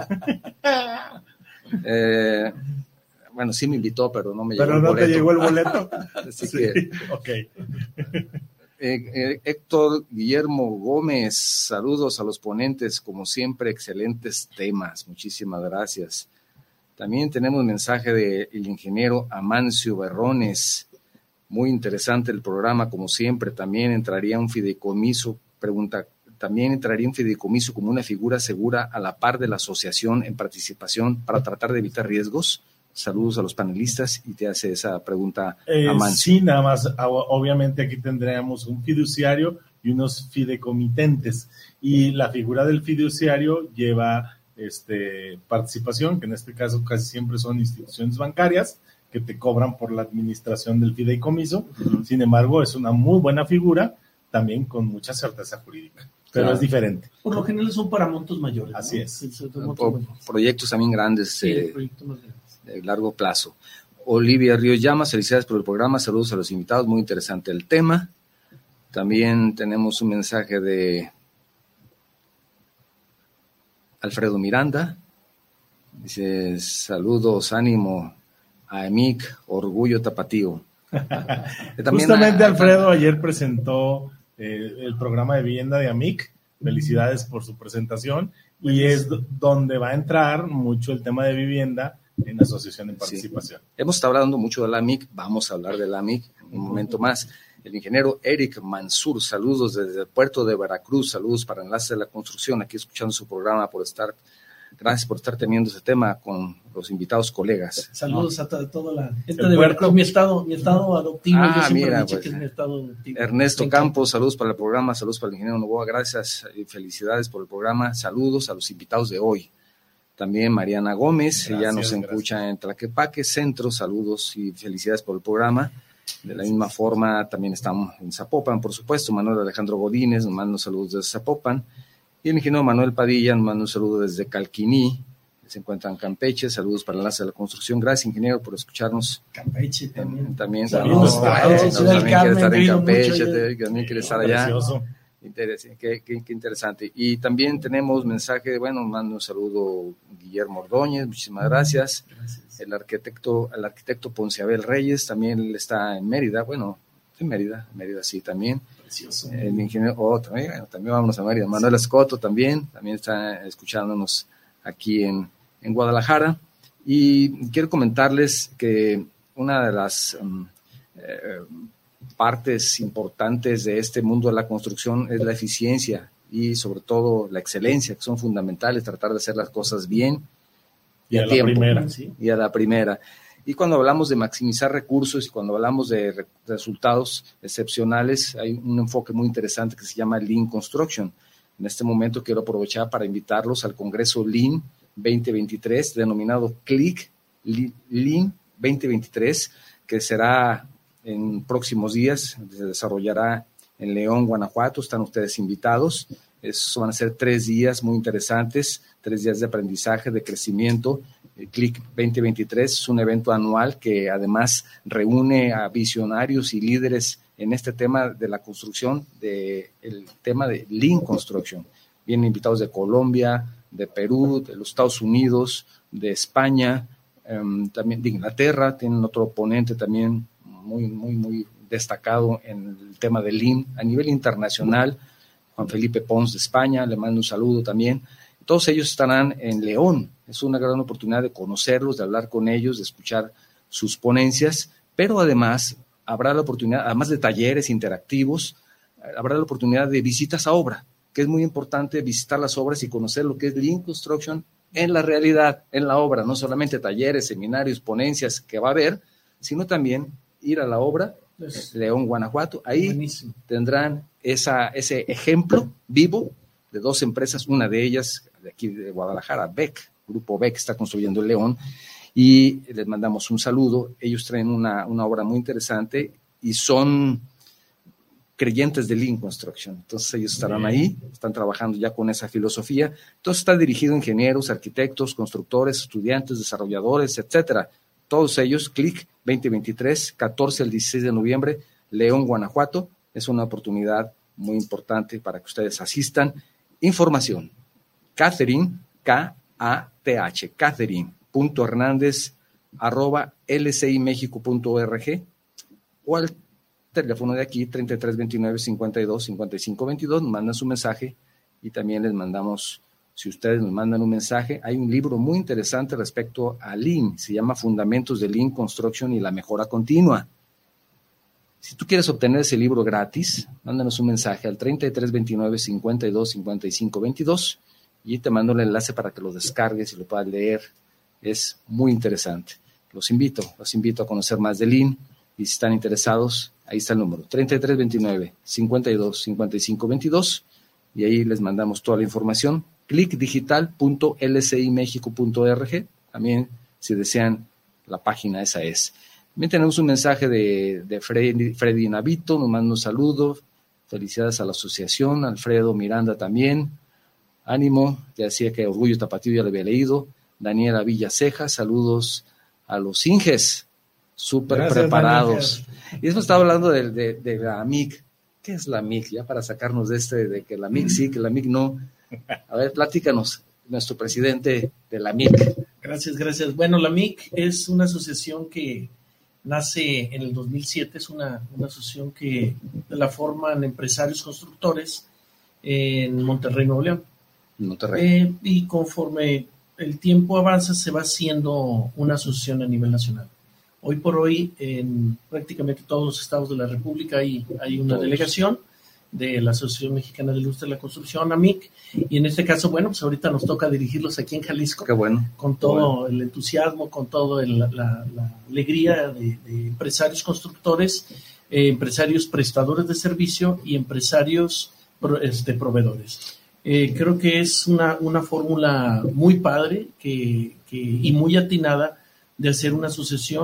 eh, bueno, sí me invitó, pero no me llegó pero el no boleto. Pero no te llegó el boleto. Así sí, que. Ok. Eh, eh, Héctor Guillermo Gómez, saludos a los ponentes, como siempre, excelentes temas, muchísimas gracias. También tenemos mensaje del ingeniero Amancio Berrones, muy interesante el programa, como siempre. También entraría un fideicomiso, pregunta, también entraría un fideicomiso como una figura segura a la par de la asociación en participación para tratar de evitar riesgos. Saludos a los panelistas y te hace esa pregunta eh, Amancio. Sí, nada más, obviamente aquí tendríamos un fiduciario y unos fideicomitentes y la figura del fiduciario lleva este, participación, que en este caso casi siempre son instituciones bancarias que te cobran por la administración del fideicomiso. Uh-huh. Sin embargo, es una muy buena figura, también con mucha certeza jurídica, pero claro. es diferente. Por lo general son para montos mayores. Así ¿no? es. Sí, Pro, proyectos también grandes. Sí, eh, proyectos más grandes. De largo plazo. Olivia Ríos Llamas, felicidades por el programa, saludos a los invitados, muy interesante el tema. También tenemos un mensaje de Alfredo Miranda, dice, saludos, ánimo a EMIC, orgullo tapatío. También Justamente a, Alfredo a, ayer presentó eh, el programa de vivienda de AMIC, felicidades por su presentación, y es d- donde va a entrar mucho el tema de vivienda en asociación en participación. Sí. Hemos estado hablando mucho de la AMIC, vamos a hablar de la AMIC en un momento más. El ingeniero Eric Mansur, saludos desde el puerto de Veracruz, saludos para Enlace de la Construcción, aquí escuchando su programa, por estar, gracias por estar teniendo ese tema con los invitados colegas. Saludos, ¿no?, a to- toda la gente el de Veracruz, mi estado, mi estado adoptivo. Ah, yo siempre mira, he dicho pues, que es mi estado adoptivo. Ernesto Campos, saludos para el programa, saludos para el ingeniero Novoa, gracias y felicidades por el programa, saludos a los invitados de hoy. También Mariana Gómez, gracias, ella nos escucha gracias. En Tlaquepaque Centro, saludos y felicidades por el programa. De la misma forma, también estamos en Zapopan, por supuesto. Manuel Alejandro Godínez nos manda saludos desde Zapopan. Y el ingeniero Manuel Padilla nos manda un saludo desde Calquiní. Se encuentra en Campeche. Saludos para el Enlace de la Construcción. Gracias, ingeniero, por escucharnos. Campeche también. También saludos. Saludos. También quiere estar en Campeche, mucho, también quiere estar allá. Precioso. Interesante, qué, qué, qué interesante. Y también tenemos mensaje, bueno, mando un saludo Guillermo Ordóñez, muchísimas gracias. Gracias. El arquitecto, el arquitecto Ponce Abel Reyes, también él está en Mérida, bueno, en Mérida, Mérida sí también. Precioso. El ingeniero, oh, también, bueno, también vamos a Mérida. Manuel Escoto también, también está escuchándonos aquí en, en Guadalajara. Y quiero comentarles que una de las um, eh, partes importantes de este mundo de la construcción es la eficiencia y sobre todo la excelencia, que son fundamentales, tratar de hacer las cosas bien y, y a, a tiempo, la primera, ¿sí? y a la primera. Y cuando hablamos de maximizar recursos y cuando hablamos de re- resultados excepcionales, hay un enfoque muy interesante que se llama Lean Construction. En este momento quiero aprovechar para invitarlos al Congreso Lean veinte veintitrés, denominado CLIC Lean veinte veintitrés, que será en próximos días, se desarrollará en León, Guanajuato. Están ustedes invitados. Esos van a ser tres días muy interesantes, tres días de aprendizaje, de crecimiento. El CLIC veinte veintitrés es un evento anual que además reúne a visionarios y líderes en este tema de la construcción, de el tema de Lean Construction. Vienen invitados de Colombia, de Perú, de los Estados Unidos, de España, um, también de Inglaterra. Tienen otro ponente también muy, muy, muy destacado en el tema de Lean a nivel internacional, Juan Felipe Pons de España, le mando un saludo también. Todos ellos estarán en León. Es una gran oportunidad de conocerlos, de hablar con ellos, de escuchar sus ponencias, pero además habrá la oportunidad, además de talleres interactivos, habrá la oportunidad de visitas a obra, que es muy importante visitar las obras y conocer lo que es Lean Construction en la realidad, en la obra, no solamente talleres, seminarios, ponencias que va a haber, sino también ir a la obra, Es León, Guanajuato. Ahí buenísimo. tendrán esa, ese ejemplo vivo de dos empresas, una de ellas de aquí de Guadalajara, B E C, Grupo B E C, está construyendo el León, y les mandamos un saludo. Ellos traen una, una obra muy interesante y son creyentes de Lean Construction. Entonces ellos estarán Bien. ahí, están trabajando ya con esa filosofía. Entonces está dirigido a ingenieros, arquitectos, constructores, estudiantes, desarrolladores, etcétera. Todos ellos, CLIC veinte veintitrés, catorce al dieciséis de noviembre, León, Guanajuato. Es una oportunidad muy importante para que ustedes asistan. Información, Catherine, K A T H, Catherine punto Hernández arroba L C I México punto org o al teléfono de aquí, treinta y tres veintinueve cincuenta y dos cincuenta y cinco veintidós, nos mandan su mensaje y también les mandamos, si ustedes nos mandan un mensaje, hay un libro muy interesante respecto a Lean, se llama Fundamentos de Lean Construction y la Mejora Continua. Si tú quieres obtener ese libro gratis, mándanos un mensaje al treinta y tres veintinueve cincuenta y dos cincuenta y cinco veintidós y te mando el enlace para que lo descargues y lo puedas leer. Es muy interesante. Los invito, los invito a conocer más de Lean y si están interesados, ahí está el número, treinta y tres veintinueve cincuenta y dos cincuenta y cinco veintidós y ahí les mandamos toda la información. clic digital punto L C I México punto org, también si desean la página esa es. También tenemos un mensaje de, de Freddy, Freddy Navito, nos manda un saludo, felicidades a la asociación, Alfredo Miranda también, ánimo, ya decía que Orgullo Tapatío ya lo había leído, Daniela Villaceja, saludos a los Inges, súper Gracias, preparados. Y después estaba hablando de, de, de la M I C. ¿Qué es la M I C? Ya para sacarnos de este, de que la M I C sí, que la M I C no. A ver, platícanos, nuestro presidente de la M I C. Gracias, gracias. Bueno, la M I C es una asociación que nace en el dos mil siete, es una, una asociación que la forman empresarios constructores en Monterrey, Nuevo León. Monterrey. Eh, y conforme el tiempo avanza, se va haciendo una asociación a nivel nacional. Hoy por hoy, en prácticamente todos los estados de la República hay, hay una Todos. delegación de la Asociación Mexicana de Industria de la Construcción, A M I C, y en este caso, bueno, pues ahorita nos toca dirigirlos aquí en Jalisco. Qué bueno. Con todo bueno. el entusiasmo, con toda la, la, la alegría de, de empresarios constructores, eh, empresarios prestadores de servicio y empresarios pro, este, proveedores. Eh, creo que es una, una fórmula muy padre que, que, y muy atinada de hacer una asociación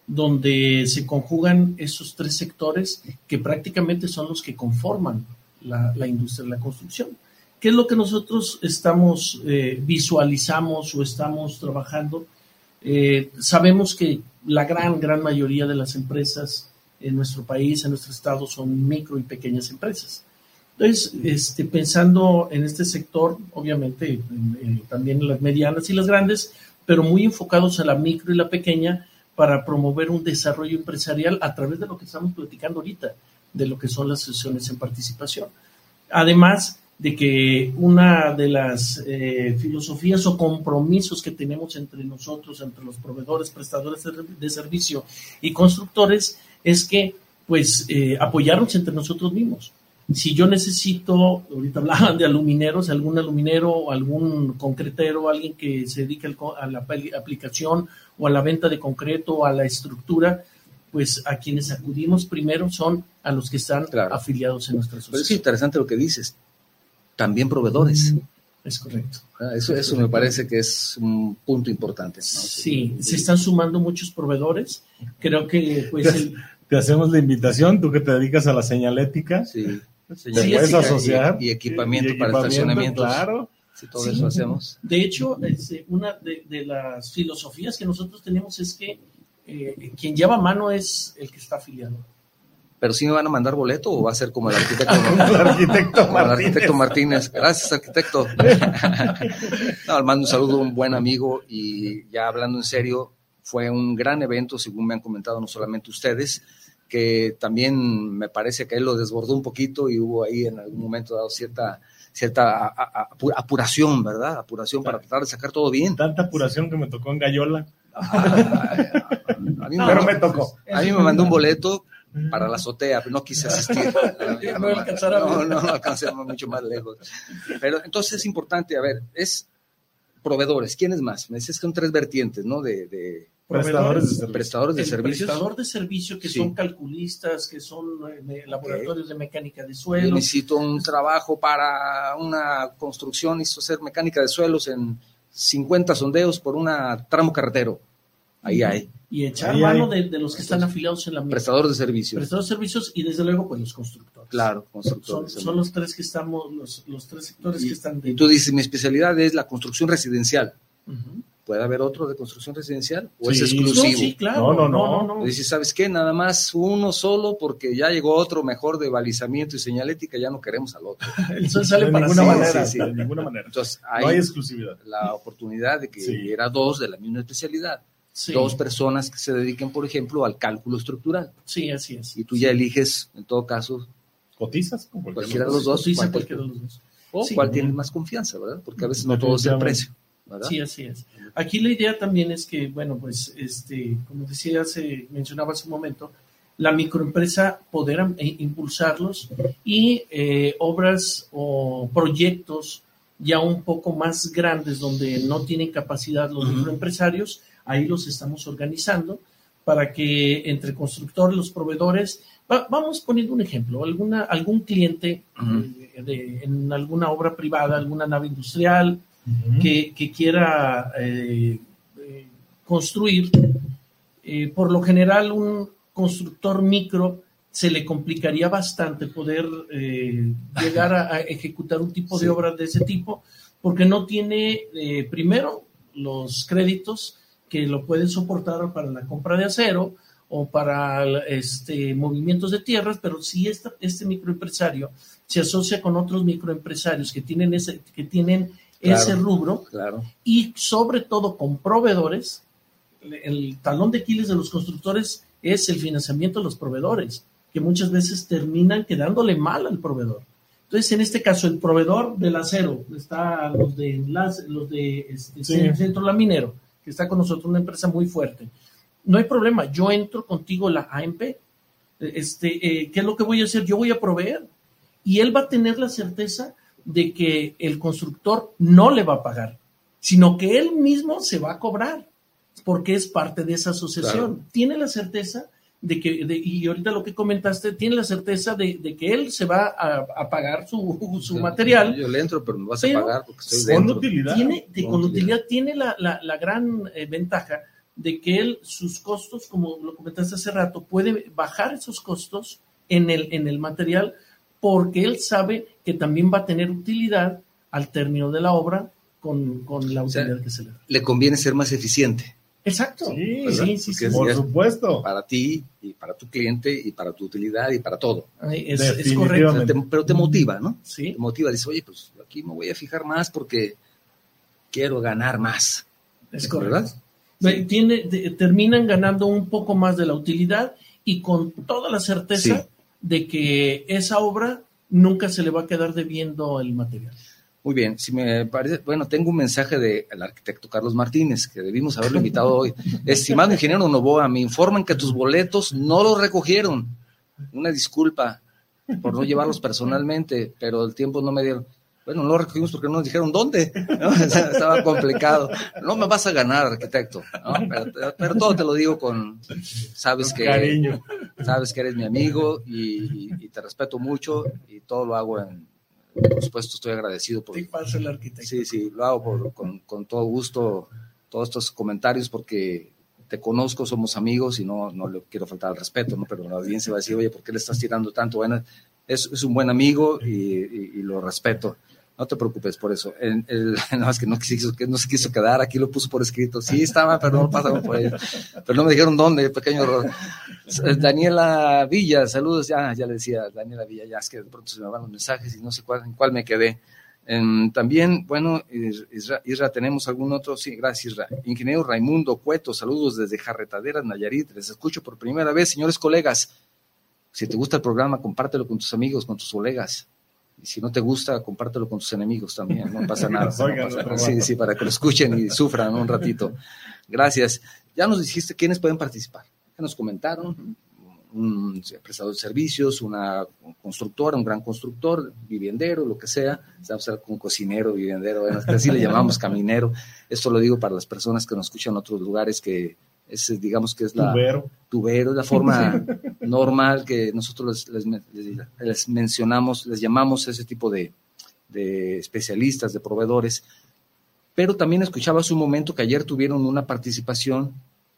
donde se conjugan esos tres sectores que prácticamente son los que conforman la, la industria de la construcción. ¿Qué es lo que nosotros estamos, eh, visualizamos o estamos trabajando? Eh, sabemos que la gran, gran mayoría de las empresas en nuestro país, en nuestro estado, son micro y pequeñas empresas. Entonces, este, pensando en este sector, obviamente eh, también en las medianas y las grandes, pero muy enfocados a la micro y la pequeña para promover un desarrollo empresarial a través de lo que estamos platicando ahorita, de lo que son las sesiones en participación. Además de que una de las eh, filosofías o compromisos que tenemos entre nosotros, entre los proveedores, prestadores de, de servicio y constructores, es que pues eh, apoyarnos entre nosotros mismos. Si yo necesito, ahorita hablaban de alumineros, algún aluminero o algún concretero, alguien que se dedique a la aplicación o a la venta de concreto o a la estructura, pues a quienes acudimos primero son a los que están claro. afiliados en nuestra asociación. Pero es interesante lo que dices. También proveedores. Es correcto. Eso, eso me parece que es un punto importante, ¿no? Sí, se están sumando muchos proveedores. Creo que pues... Te, el... te hacemos la invitación, tú que te dedicas a la señalética. Sí. Te sí, puedes sí, asociar. Y, y, equipamiento y, y para estacionamientos. Claro. Si todo sí. eso hacemos. De hecho, es, una de, de las filosofías que nosotros tenemos es que eh, quien lleva mano es el que está afiliado. ¿Pero sí me van a mandar boleto o va a ser como el arquitecto? ¿no? el arquitecto como el arquitecto Martínez. Gracias, arquitecto. No, le mando un saludo a un buen amigo y ya hablando en serio, fue un gran evento, según me han comentado no solamente ustedes, que también me parece que él lo desbordó un poquito y hubo ahí en algún momento dado cierta, cierta a, a, apuración, ¿verdad? Apuración para tratar de sacar todo bien. Tanta apuración que me tocó en Gallola. Ah, a mí me, Pero me tocó. A mí me mandó un boleto para la azotea, pero no quise asistir. No, no, no, no, no alcancé mucho más lejos. Pero entonces es importante, a ver, es proveedores, ¿quiénes más? Me dices que son tres vertientes, ¿no? De, de prestadores de servicios. Prestadores de el servicios. Prestador de servicio que sí. son calculistas, que son eh, laboratorios okay. de mecánica de suelos. Yo necesito un trabajo para una construcción, necesito hacer mecánica de suelos en cincuenta sondeos por una tramo carretero. Ahí hay. Y echar ahí mano hay. De, de los que están afiliados en la misma. Prestadores de servicios. Prestadores de servicios y desde luego pues los constructores. Claro, constructores. Son, son los tres que estamos, los, los tres sectores y, que están. Y tú dices, mi especialidad es la construcción residencial. Uh-huh. ¿Puede haber otro de construcción residencial? ¿O sí. es exclusivo? No, sí, claro. No, no, no. no, no. Dices, ¿sabes qué? Nada más uno solo porque ya llegó otro mejor de balizamiento y señalética, ya no queremos al otro. Eso sale de para ninguna sí, manera. Sí, sí. De ninguna manera. Entonces, hay, no hay exclusividad. La oportunidad de que sí. hubiera dos de la misma especialidad. Sí. Dos personas que se dediquen, por ejemplo, al cálculo estructural. Sí, así es. Y tú ya eliges, en todo caso, cotizas con cualquiera de los dos. Cotiza cualquiera de los dos. O sí, cuál tiene más confianza, ¿verdad? Porque a veces no todo es el precio, ¿verdad? Sí, así es. Aquí la idea también es que, bueno, pues, este, como decía, se mencionaba hace un momento, la microempresa poder eh, impulsarlos y eh, obras o proyectos ya un poco más grandes donde no tienen capacidad los uh-huh. microempresarios, ahí los estamos organizando para que entre constructores, los proveedores, va, vamos poniendo un ejemplo, alguna, algún cliente uh-huh. eh, de, en alguna obra privada, alguna nave industrial uh-huh. que, que quiera eh, eh, construir, eh, por lo general un constructor micro se le complicaría bastante poder eh, llegar a, a ejecutar un tipo sí. de obra de ese tipo, porque no tiene, eh, primero, los créditos que lo pueden soportar para la compra de acero o para este, movimientos de tierras, pero si esta, este microempresario se asocia con otros microempresarios que tienen ese, que tienen claro, ese rubro claro. y sobre todo con proveedores, el talón de Aquiles de los constructores es el financiamiento de los proveedores, que muchas veces terminan quedándole mal al proveedor. Entonces, en este caso, el proveedor del acero, está los de enlace, los de este, sí. Centro Laminero, que está con nosotros, una empresa muy fuerte. No hay problema, yo entro contigo la A M P, este, eh, ¿qué es lo que voy a hacer? Yo voy a proveer, y él va a tener la certeza de que el constructor no le va a pagar, sino que él mismo se va a cobrar, porque es parte de esa asociación. Claro. Tiene la certeza de que, de, y ahorita lo que comentaste, tiene la certeza de, de que él se va a, a pagar su, su sí, material. Yo le entro, pero me vas a pagar porque estoy con dentro. Utilidad. Tiene, de, con con utilidad. utilidad tiene la, la, la gran eh, ventaja de que él, sus costos, como lo comentaste hace rato, puede bajar esos costos en el, en el material, porque él sabe que también va a tener utilidad al término de la obra con, con la utilidad, o sea, que se le da. Le conviene ser más eficiente. Exacto. Sí, sí, sí, sí, por supuesto. Para ti y para tu cliente y para tu utilidad y para todo. Ay, es, es correcto. Te, pero te motiva, ¿no? Sí. Te motiva, dices, oye, pues aquí me voy a fijar más porque quiero ganar más. Es correcto. ¿Verdad? Tiene, de, terminan ganando un poco más de la utilidad y con toda la certeza sí. de que esa obra nunca se le va a quedar debiendo el material. Muy bien, si me parece, bueno, tengo un mensaje del arquitecto Carlos Martínez, que debimos haberlo invitado hoy. Estimado ingeniero Novoa, me informan que tus boletos no los recogieron. Una disculpa por no llevarlos personalmente, pero el tiempo no me dieron. Bueno, no los recogimos porque no nos dijeron dónde, ¿no? Estaba complicado. No me vas a ganar, arquitecto, ¿no? Pero, pero todo te lo digo con, sabes que, cariño. Sabes que eres mi amigo y, y, y te respeto mucho y todo lo hago en, por supuesto, estoy agradecido por... Sí, pasa el arquitecto. Sí, sí, lo hago por, con, con todo gusto, todos estos comentarios, porque te conozco, somos amigos y no, no le quiero faltar al respeto, ¿no? Pero la audiencia va a decir, oye, ¿por qué le estás tirando tanto? Bueno, es, es un buen amigo y, y, y lo respeto. No te preocupes por eso. El, el, nada más que no, quiso, que no se quiso quedar, aquí lo puso por escrito. Sí estaba, pero no pasaron por ahí. Pero no me dijeron dónde, pequeño error. Daniela Villa, saludos. Ya, ya le decía Daniela Villa, ya es que de pronto se me van los mensajes y no sé cuál, en cuál me quedé. Um, también, bueno, Isra, Isra, ¿tenemos algún otro? Sí, gracias, Isra. Ingeniero Raimundo Cueto, saludos desde Jarretaderas, Nayarit. Les escucho por primera vez, señores colegas. Si te gusta el programa, compártelo con tus amigos, con tus colegas. Y si no te gusta, compártelo con tus enemigos también, no pasa nada. No pasa nada. Sí, sí, para que lo escuchen y sufran un ratito. Gracias. Ya nos dijiste quiénes pueden participar. Ya nos comentaron, un prestador de servicios, una constructora, un gran constructor, viviendero, lo que sea. Vamos a ser un cocinero, viviendero, bueno, así le llamamos caminero. Esto lo digo para las personas que nos escuchan en otros lugares, que es, digamos que es la tubero, tubero, la forma normal que nosotros les, les, les, les mencionamos, les llamamos ese tipo de, de especialistas, de proveedores. Pero también escuchaba hace un momento que ayer tuvieron una participación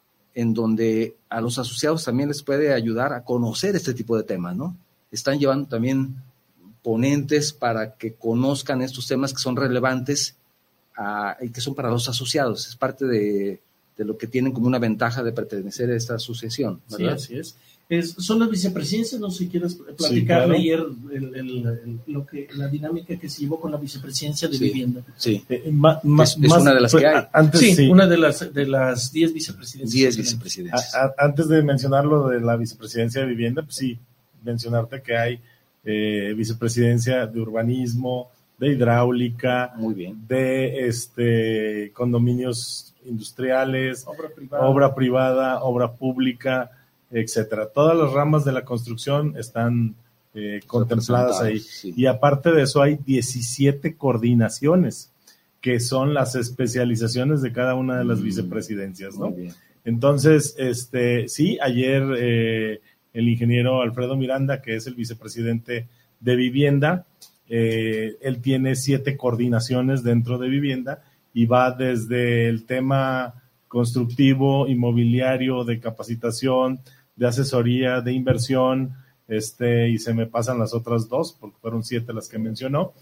en donde a los asociados también les puede ayudar a conocer este tipo de temas, ¿no? Están llevando también ponentes para que conozcan estos temas que son relevantes a, y que son para los asociados. Es parte de, de lo que tienen como una ventaja de pertenecer a esta asociación, ¿verdad? Sí, así es. Es, son las vicepresidencias, no sé si quieres platicar sí, claro. ayer el, el, el, lo que, la dinámica que se llevó con la vicepresidencia de sí, vivienda. Sí, eh, ma, ma, es, es una de las que hay. Antes, sí, sí, una de las de las diez vicepresidencias. Diez vicepresidencias. A, a, antes de mencionar lo de la vicepresidencia de vivienda, pues sí, mencionarte que hay eh, vicepresidencia de urbanismo, de hidráulica, muy bien, de este condominios industriales, obra privada, obra, privada, obra pública, etcétera. Todas las ramas de la construcción están eh, contempladas ahí. Sí. Y aparte de eso hay diecisiete coordinaciones, que son las especializaciones de cada una de las mm, vicepresidencias, ¿no? Entonces, este, sí, ayer eh, el ingeniero Alfredo Miranda, que es el vicepresidente de vivienda, eh, él tiene siete coordinaciones dentro de vivienda y va desde el tema constructivo, inmobiliario, de capacitación, de asesoría, de inversión, este, y se me pasan las otras dos, porque fueron siete las que mencionó.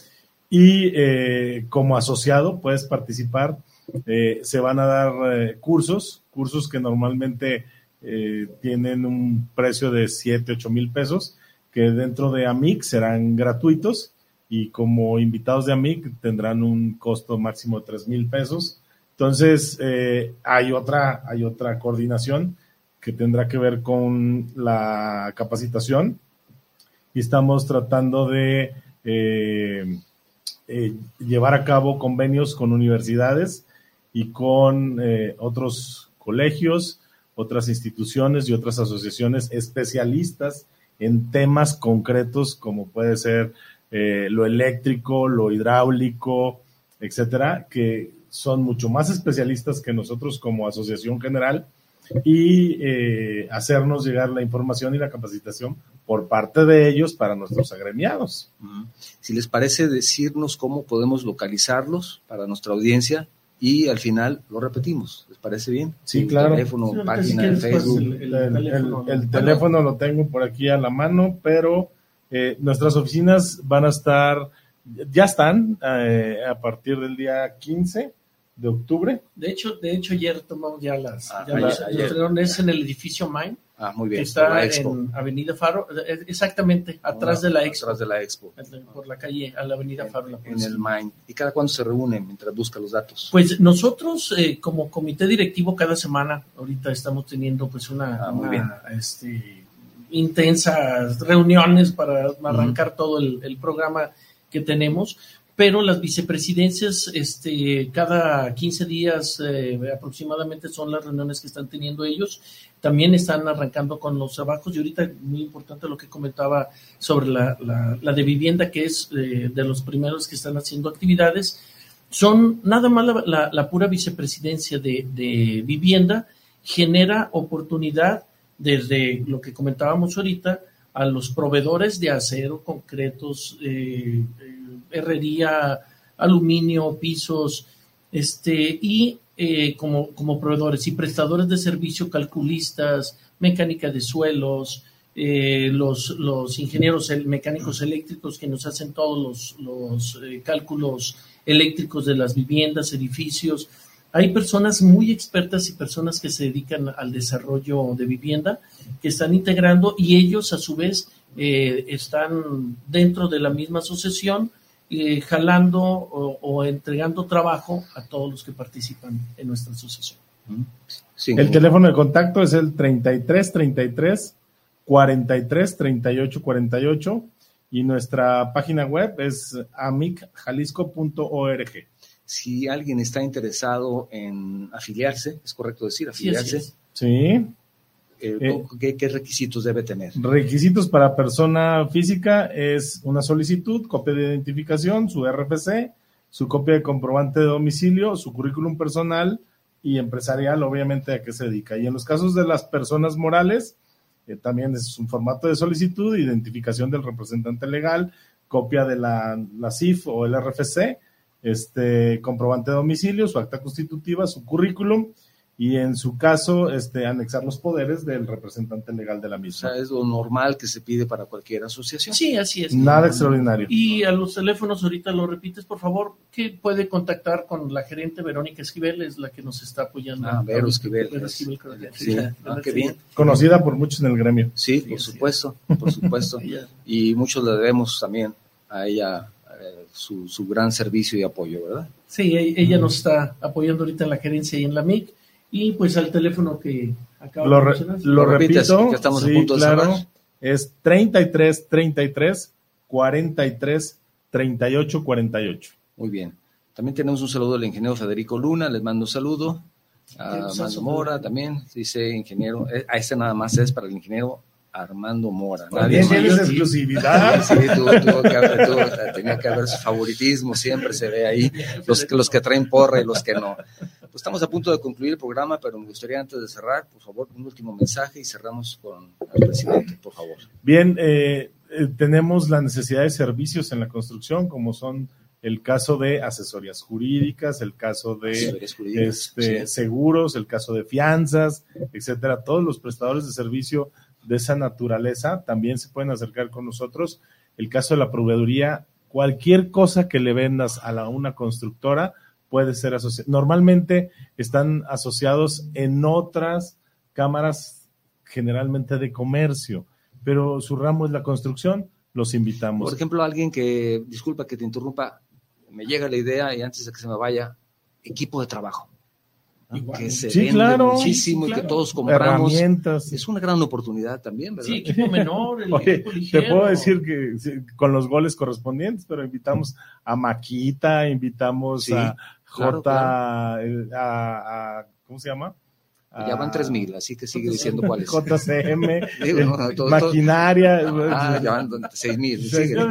Y eh, como asociado puedes participar, eh, se van a dar eh, cursos, cursos que normalmente eh, tienen un precio de siete, ocho mil pesos, que dentro de A M I C serán gratuitos, y como invitados de A M I C tendrán un costo máximo de tres mil pesos. Entonces, eh, hay otra, hay otra coordinación que tendrá que ver con la capacitación, y estamos tratando de eh, eh, llevar a cabo convenios con universidades y con eh, otros colegios, otras instituciones y otras asociaciones especialistas en temas concretos como puede ser eh, lo eléctrico, lo hidráulico, etcétera, que son mucho más especialistas que nosotros como asociación general, y eh, hacernos llegar la información y la capacitación por parte de ellos para nuestros agremiados. Si les parece, decirnos cómo podemos localizarlos para nuestra audiencia, y al final lo repetimos. ¿Les parece bien? Sí, el claro. Teléfono, Sí, página de Facebook. El, el, El, teléfono, el- el ¿no? teléfono lo tengo por aquí a la mano, pero eh, nuestras oficinas van a estar, ya están eh, a partir del día quince de octubre. De hecho, de hecho ayer tomamos ya las, Ah, ya ayer, las- ayer. los- es en el edificio Mine, Ah, muy que bien. está la Expo. en Avenida Faro, eh, exactamente atrás Ah, de la Expo, Atrás de la Expo. por la calle a la Avenida Faro. La En el Mind. ¿Y cada cuándo se reúnen mientras busca los datos? Pues nosotros eh, como comité directivo cada semana, ahorita estamos teniendo pues una, Ah, muy una, bien. este, intensas reuniones para arrancar uh-huh. todo el, el programa que tenemos, pero las vicepresidencias este, cada quince días eh, aproximadamente son las reuniones que están teniendo ellos. También están arrancando con los trabajos y ahorita muy importante lo que comentaba sobre la, la, la de vivienda, que es eh, de los primeros que están haciendo actividades. Son nada más la, la, la pura vicepresidencia de, de vivienda genera oportunidad desde lo que comentábamos ahorita a los proveedores de acero, concretos, eh, eh, herrería, aluminio, pisos, este y eh, como, como proveedores y prestadores de servicio, calculistas, mecánica de suelos, eh, los, los ingenieros mecánicos eléctricos que nos hacen todos los, los eh, cálculos eléctricos de las viviendas, edificios. Hay personas muy expertas y personas que se dedican al desarrollo de vivienda que están integrando y ellos a su vez eh, están dentro de la misma asociación eh, jalando o, o entregando trabajo a todos los que participan en nuestra asociación. Sí. El teléfono de contacto es el treinta y tres, treinta y tres, cuarenta y tres, treinta y ocho, cuarenta y ocho y nuestra página web es amic jalisco punto org. Si alguien está interesado en afiliarse, ¿es correcto decir afiliarse? Sí. sí. Eh, eh, ¿qué, ¿Qué requisitos debe tener? Requisitos para persona física es una solicitud, copia de identificación, su R F C, su copia de comprobante de domicilio, su currículum personal y empresarial, obviamente, a qué se dedica. Y en los casos de las personas morales, eh, también es un formato de solicitud, identificación del representante legal, copia de la, la C I F o el R F C, este comprobante de domicilio, su acta constitutiva, su currículum y en su caso este anexar los poderes del representante legal de la misma. O sea, es lo normal que se pide para cualquier asociación. Sí, así es. Nada extraordinario. Y a los teléfonos, ahorita lo repites, por favor, que puede contactar con la gerente Verónica Esquivel, es la que nos está apoyando. Ah, Vero Esquivel. Vero Esquivel, creo que sí, ah, qué bien. Conocida por muchos en el gremio. Sí, por supuesto, por supuesto. Y muchos le debemos también a ella Su, su gran servicio y apoyo, ¿verdad? Sí, ella nos está apoyando ahorita en la gerencia y en la M I C, y pues al teléfono que acaba lo de re, mencionar. Lo, lo repito, que estamos sí, a punto de claro, cerrar. Es treinta y tres, treinta y tres, cuarenta y tres, treinta y ocho, cuarenta y ocho. Muy bien. También tenemos un saludo del ingeniero Federico Luna, les mando un saludo. A Armando Mora también, dice ingeniero, a este nada más es para el ingeniero Armando Mora. Nadie tienes exclusividad. Sí, tuvo, tuvo que haber, tuvo, tenía que haber su favoritismo, siempre se ve ahí, los, los que traen porra y los que no. Pues estamos a punto de concluir el programa, pero me gustaría antes de cerrar, por favor, un último mensaje y cerramos con el presidente, por favor. Bien, eh, eh, tenemos la necesidad de servicios en la construcción, como son el caso de asesorías jurídicas, el caso de este, sí. seguros, el caso de fianzas, etcétera. Todos los prestadores de servicio de esa naturaleza también se pueden acercar con nosotros. El caso de la proveeduría, cualquier cosa que le vendas a la, una constructora puede ser asociado. Normalmente están asociados en otras cámaras, generalmente de comercio, pero su ramo es la construcción, los invitamos. Por ejemplo, alguien que, disculpa que te interrumpa, me llega la idea y antes de que se me vaya, equipo de trabajo. Igual, que se sí, vende claro, muchísimo sí, claro. y que todos compramos. Herramientas. Es una gran oportunidad también, ¿verdad? Sí, equipo menor, el Oye, equipo ligero. Te puedo decir que sí, con los goles correspondientes, pero invitamos a Maquita, invitamos sí, a J, claro, claro. A, a, ¿cómo se llama? Ya van tres mil, así que sigue diciendo cuáles. J C M, Digo, no, no, todo, maquinaria. Todo. Ah, ya van seis mil.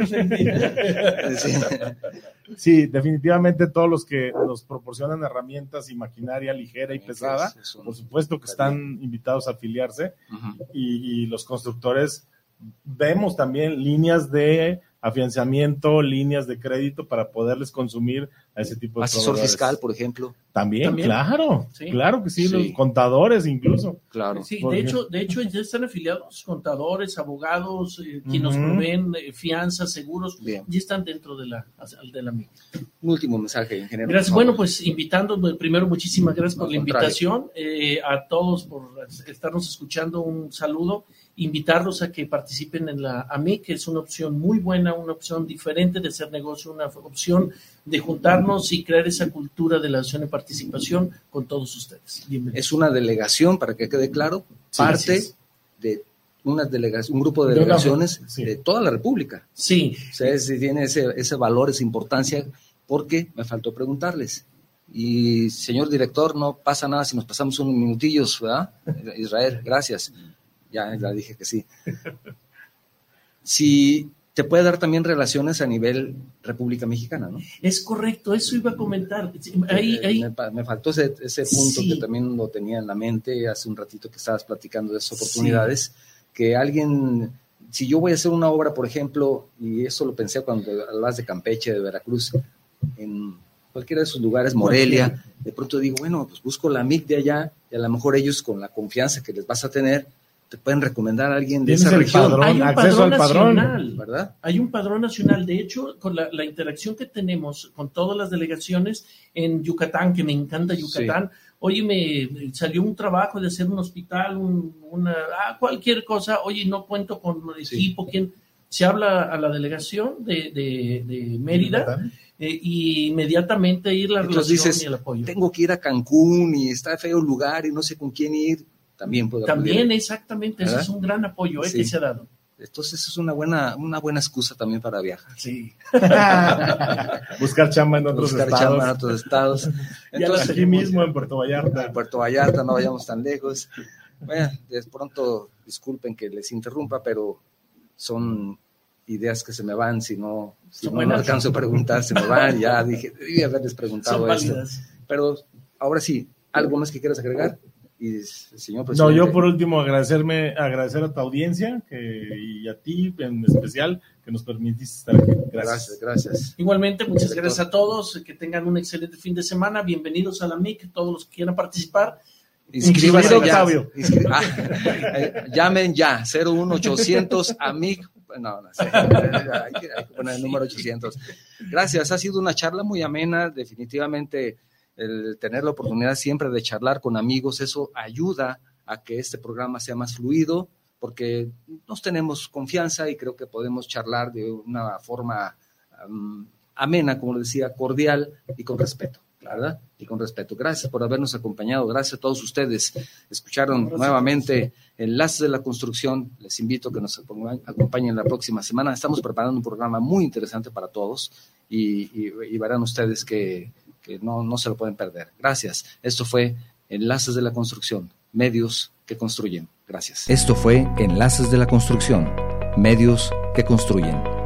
Sí, definitivamente todos los que nos proporcionan herramientas y maquinaria ligera y pesada, por supuesto que están invitados a afiliarse. Uh-huh. y, y los constructores vemos también líneas de afianzamiento, líneas de crédito para poderles consumir a ese tipo de asesor proveedores. fiscal, por ejemplo. También, También. claro, Sí. claro que sí, Sí. los contadores incluso. Claro. Sí, ¿Por de qué? hecho, de hecho ya están afiliados contadores, abogados, eh, quienes nos Ujú. proveen eh, fianzas, seguros, Bien. ya están dentro de la, de la M I C. Un último mensaje, ingeniero. Gracias. por Bueno, favor. pues invitando, primero muchísimas gracias por Al la contrario. invitación, eh, a todos por estarnos escuchando, un saludo, invitarlos a que participen en la A M I C, que es una opción muy buena, una opción diferente de hacer negocio, una opción de juntarnos y crear esa cultura de la acción y participación con todos ustedes. Bienvenidos. Es una delegación, para que quede claro, Sí, parte gracias. de una delegación, un grupo de De una- delegaciones sí. de toda la República. Sí, O sea, es- tiene ese, ese valor, esa importancia, porque me faltó preguntarles. Y, señor director, no pasa nada si nos pasamos unos minutillos, ¿verdad? Israel, gracias. Ya, ya dije que sí. Si te puede dar también relaciones a nivel República Mexicana, ¿no? es correcto, eso iba a comentar. Ahí, Eh, ahí, Me, pa- me faltó ese, ese punto Sí. que también lo tenía en la mente hace un ratito que estabas platicando de esas oportunidades, que alguien, si yo voy a hacer una obra, por ejemplo, y eso lo pensé cuando hablas de Campeche, de Veracruz, en cualquiera de esos lugares, Morelia, de pronto digo, bueno, pues busco la M I C de allá y a lo mejor ellos con la confianza que les vas a tener, te pueden recomendar a alguien de Tienes esa el región, padrón, hay un acceso padrón al padrón. nacional. ¿verdad? Hay un padrón nacional. De hecho, con la, la interacción que tenemos con todas las delegaciones en Yucatán, que me encanta Yucatán, oye, me salió un trabajo de hacer un hospital, un- una, ah, cualquier cosa, oye, no cuento con equipo, ¿quién? Se habla a la delegación de, de, de Mérida eh, y inmediatamente ir la Entonces relación dices, y el apoyo. tengo que ir a Cancún y está feo el lugar y no sé con quién ir, también puedo acudir. También, exactamente, ese ¿verdad? es un gran apoyo eh, Sí. que se ha dado. Entonces es una buena, una buena excusa también para viajar. Sí. Buscar chamba en otros Buscar estados. chamba en otros estados. Ya las Entonces, aquí mismo en Puerto Vallarta. en Puerto Vallarta, no vayamos tan lejos. Bueno, de pronto, disculpen que les interrumpa, pero son ideas que se me van si no, si Son no, no buenas. alcanzo a preguntar, se me van. Ya dije, debí haberles preguntado Son esto. válidas. Pero ahora sí, ¿algo más que quieras agregar? Y, señor No, presidente. yo por último agradecerme, agradecer a tu audiencia que, y a ti en especial que nos permitiste estar aquí. Gracias, Gracias. gracias. Igualmente, muchas Director. gracias a todos, que tengan un excelente fin de semana, bienvenidos a la M I C, todos los que quieran participar. Inscríbase Incluido ya. Octavio. Inscri- ah, eh, llamen ya, cero uno ochocientos A M I C. No, no sé. Hay que, hay que poner el número ochocientos. Gracias, ha sido una charla muy amena. Definitivamente, el tener la oportunidad siempre de charlar con amigos, eso ayuda a que este programa sea más fluido, porque nos tenemos confianza y creo que podemos charlar de una forma um, amena, como les decía, cordial y con respeto. ¿Verdad? Y con respeto. Gracias por habernos acompañado. Gracias a todos ustedes. Escucharon Gracias. nuevamente Enlaces de la Construcción. Les invito a que nos acompañen la próxima semana. Estamos preparando un programa muy interesante para todos y, y, y verán ustedes que, que no, no se lo pueden perder. Gracias. Esto fue Enlaces de la Construcción, medios que construyen. Gracias. Esto fue Enlaces de la Construcción, medios que construyen.